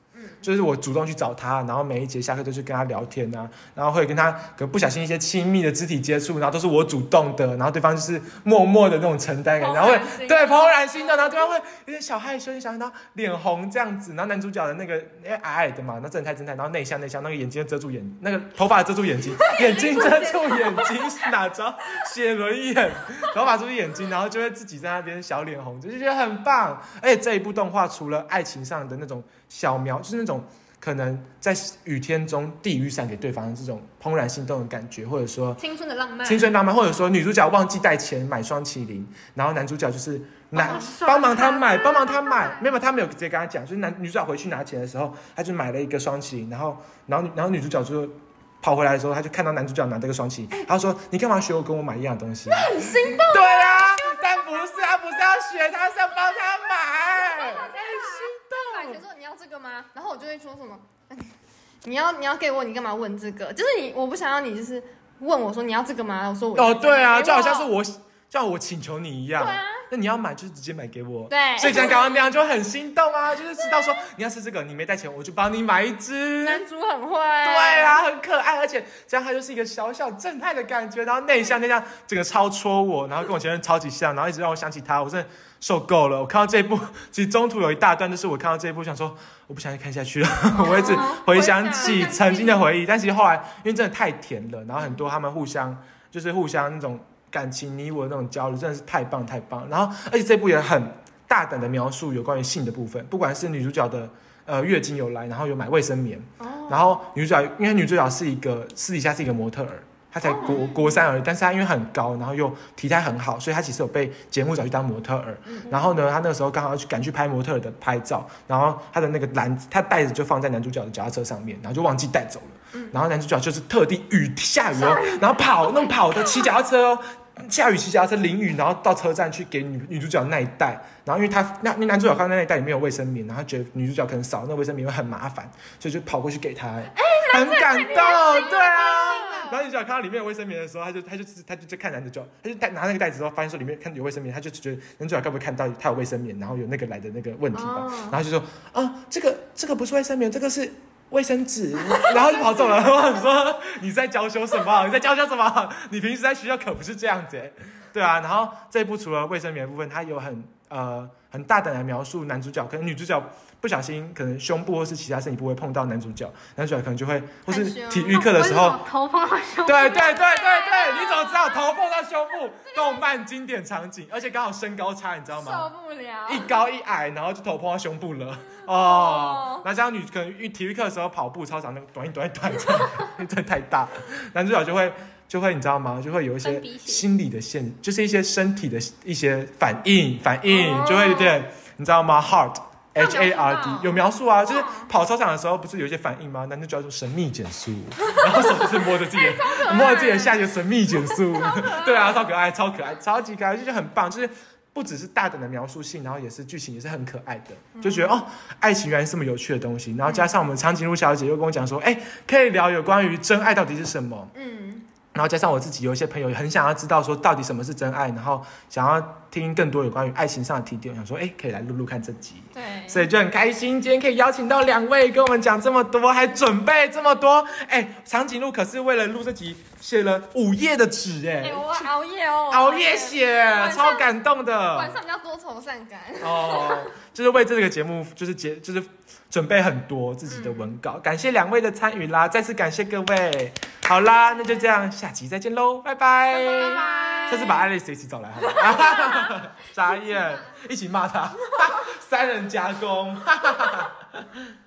就是我主动去找他，然后每一节下课都去跟他聊天啊，然后会跟他可能不小心一些亲密的肢体接触，然后都是我主动的，然后对方就是默默的那种承担感，然后会对怦然心动，然后对方会有点小害羞，有点小然后脸红这样子，然后男主角的那个因为矮矮的嘛，然后正太正太，然后内向内向，那个眼睛遮住眼，那个头发遮住眼睛，眼睛遮住眼睛是哪招？写轮眼，头发遮住眼睛，然后就会自己在那边小脸红，就觉得很棒。而且这一部动画除了爱情上的那种小描，就是那种可能在雨天中递雨伞给对方的这种怦然心动的感觉，或者说青春的浪漫， 青春浪漫，或者说女主角忘记带钱买双麒麟，然后男主角就是拿帮忙他买，帮忙他买，没有他没有直接跟他讲，就是男女主角回去拿钱的时候，他就买了一个双麒麟，然后然后然后女主角就跑回来的时候，他就看到男主角拿这个双麒麟，他说：“你干嘛学我跟我买一样的东西？” 很心动。 对啊，但不是，他不是要学，他是要帮他买，很心动。 比如说你要这个吗？然后我就会说什么？你要你要给我，你干嘛问这个？就是你，我不想要你就是问我说你要这个吗？我说我哦，对啊，就好像是我叫我请求你一样。 对啊。 那你要买就是直接买给我， 对， 所以像刚刚那样就很心动啊，就是知道说你要吃这个，你没带钱，我就帮你买一只。 男主很会， 对啊，很可爱，而且这样他就是一个小小正太的感觉，然后内向内向，整个超戳我，然后跟我前任超级像，然后一直让我想起他，我真的受够了。我看到这一部，其实中途有一大段就是我看到这一部想说我不想再看下去了，我一直回想起曾经的回忆，但其实后来因为真的太甜了，然后很多他们互相就是互相那种。感情你我的那种交流真的是太棒太棒，然后而且这部也很大胆的描述有关于性的部分，不管是女主角的呃月经有来，然后有买卫生棉，哦、然后女主角因为女主角是一个私底下是一个模特儿，她才国、哦、国三而已，但是她因为很高，然后又体态很好，所以她其实有被节目找去当模特儿。嗯、然后呢，她那个时候刚好要去赶去拍模特儿的拍照，然后她的那个篮子，她袋子就放在男主角的脚踏车上面，然后就忘记带走了。嗯、然后男主角就是特地雨下雨哦，然后跑那种跑的骑脚踏车哦。下雨骑脚踏车淋雨，然后到车站去给女女主角那一袋，然后因为他那那男主角看到那一袋里面有卫生棉，然后他觉得女主角可能少那卫生棉会很麻烦，所以就跑过去给他，哎、欸，很感动，对啊。然后女主角看到里面有卫生棉的时候，他就他就他就在看男主角，他就拿那个袋子之后，发现说里面看有卫生棉，他就觉得男主角该不会看到他有卫生棉，然后有那个来的那个问题吧，哦、然后就说啊，这个这个不是卫生棉，这个是。卫生纸，然后就跑走了。我想说你在娇羞什么？你在娇羞什么？你平时在学校可不是这样子，对啊。然后这一部除了卫生棉的部分，它有很呃很大胆的描述男主角跟女主角不小心可能胸部或是其他身体部位碰到男主角，男主角可能就会或是体育课的时候、 哦、头碰到胸部， 对对对对对，你怎么知道头碰到胸部？动漫经典场景，而且刚好身高差，你知道吗？ 受不了， 一高一矮，然后就头碰到胸部了哦。那这样女可能体育课的时候跑步操场那个短一短一短，真的太大，男主角就会就会你知道吗？就会有一些心理的限，就是一些身体的一些反应反应，哦、就会有点你知道吗 ？Hard H A R D 有描述啊，就是跑操场的时候不是有一些反应吗？男主角说神秘减速，然后手就是摸着自己的摸着自己的下体神秘减速，对啊，超可爱，超可爱，超级可爱，就是很棒，就是。不只是大胆的描述性，然后也是剧情也是很可爱的，就觉得哦，爱情原来是这么有趣的东西。然后加上我们长颈鹿小姐又跟我讲说，哎，可以聊有关于真爱到底是什么。嗯，然后加上我自己有一些朋友很想要知道说到底什么是真爱，然后想要听更多有关于爱情上的提点，我想说，哎，可以来录录看这集。 对， 所以就很开心，今天可以邀请到两位跟我们讲这么多，还准备这么多。哎，长颈鹿可是为了录这集写了五页的纸，哎、 欸，我熬夜哦， 熬夜写，超感动的。 晚上比较多愁善感。 哦，就是为这个节目，就是节，就是准备很多自己的文稿。嗯、感谢两位的参与啦，再次感谢各位。好啦，那就这样，下集再见喽，拜拜。 拜拜。 下次把爱丽丝一起找来好了。傻眼，一起骂他，三人夹攻。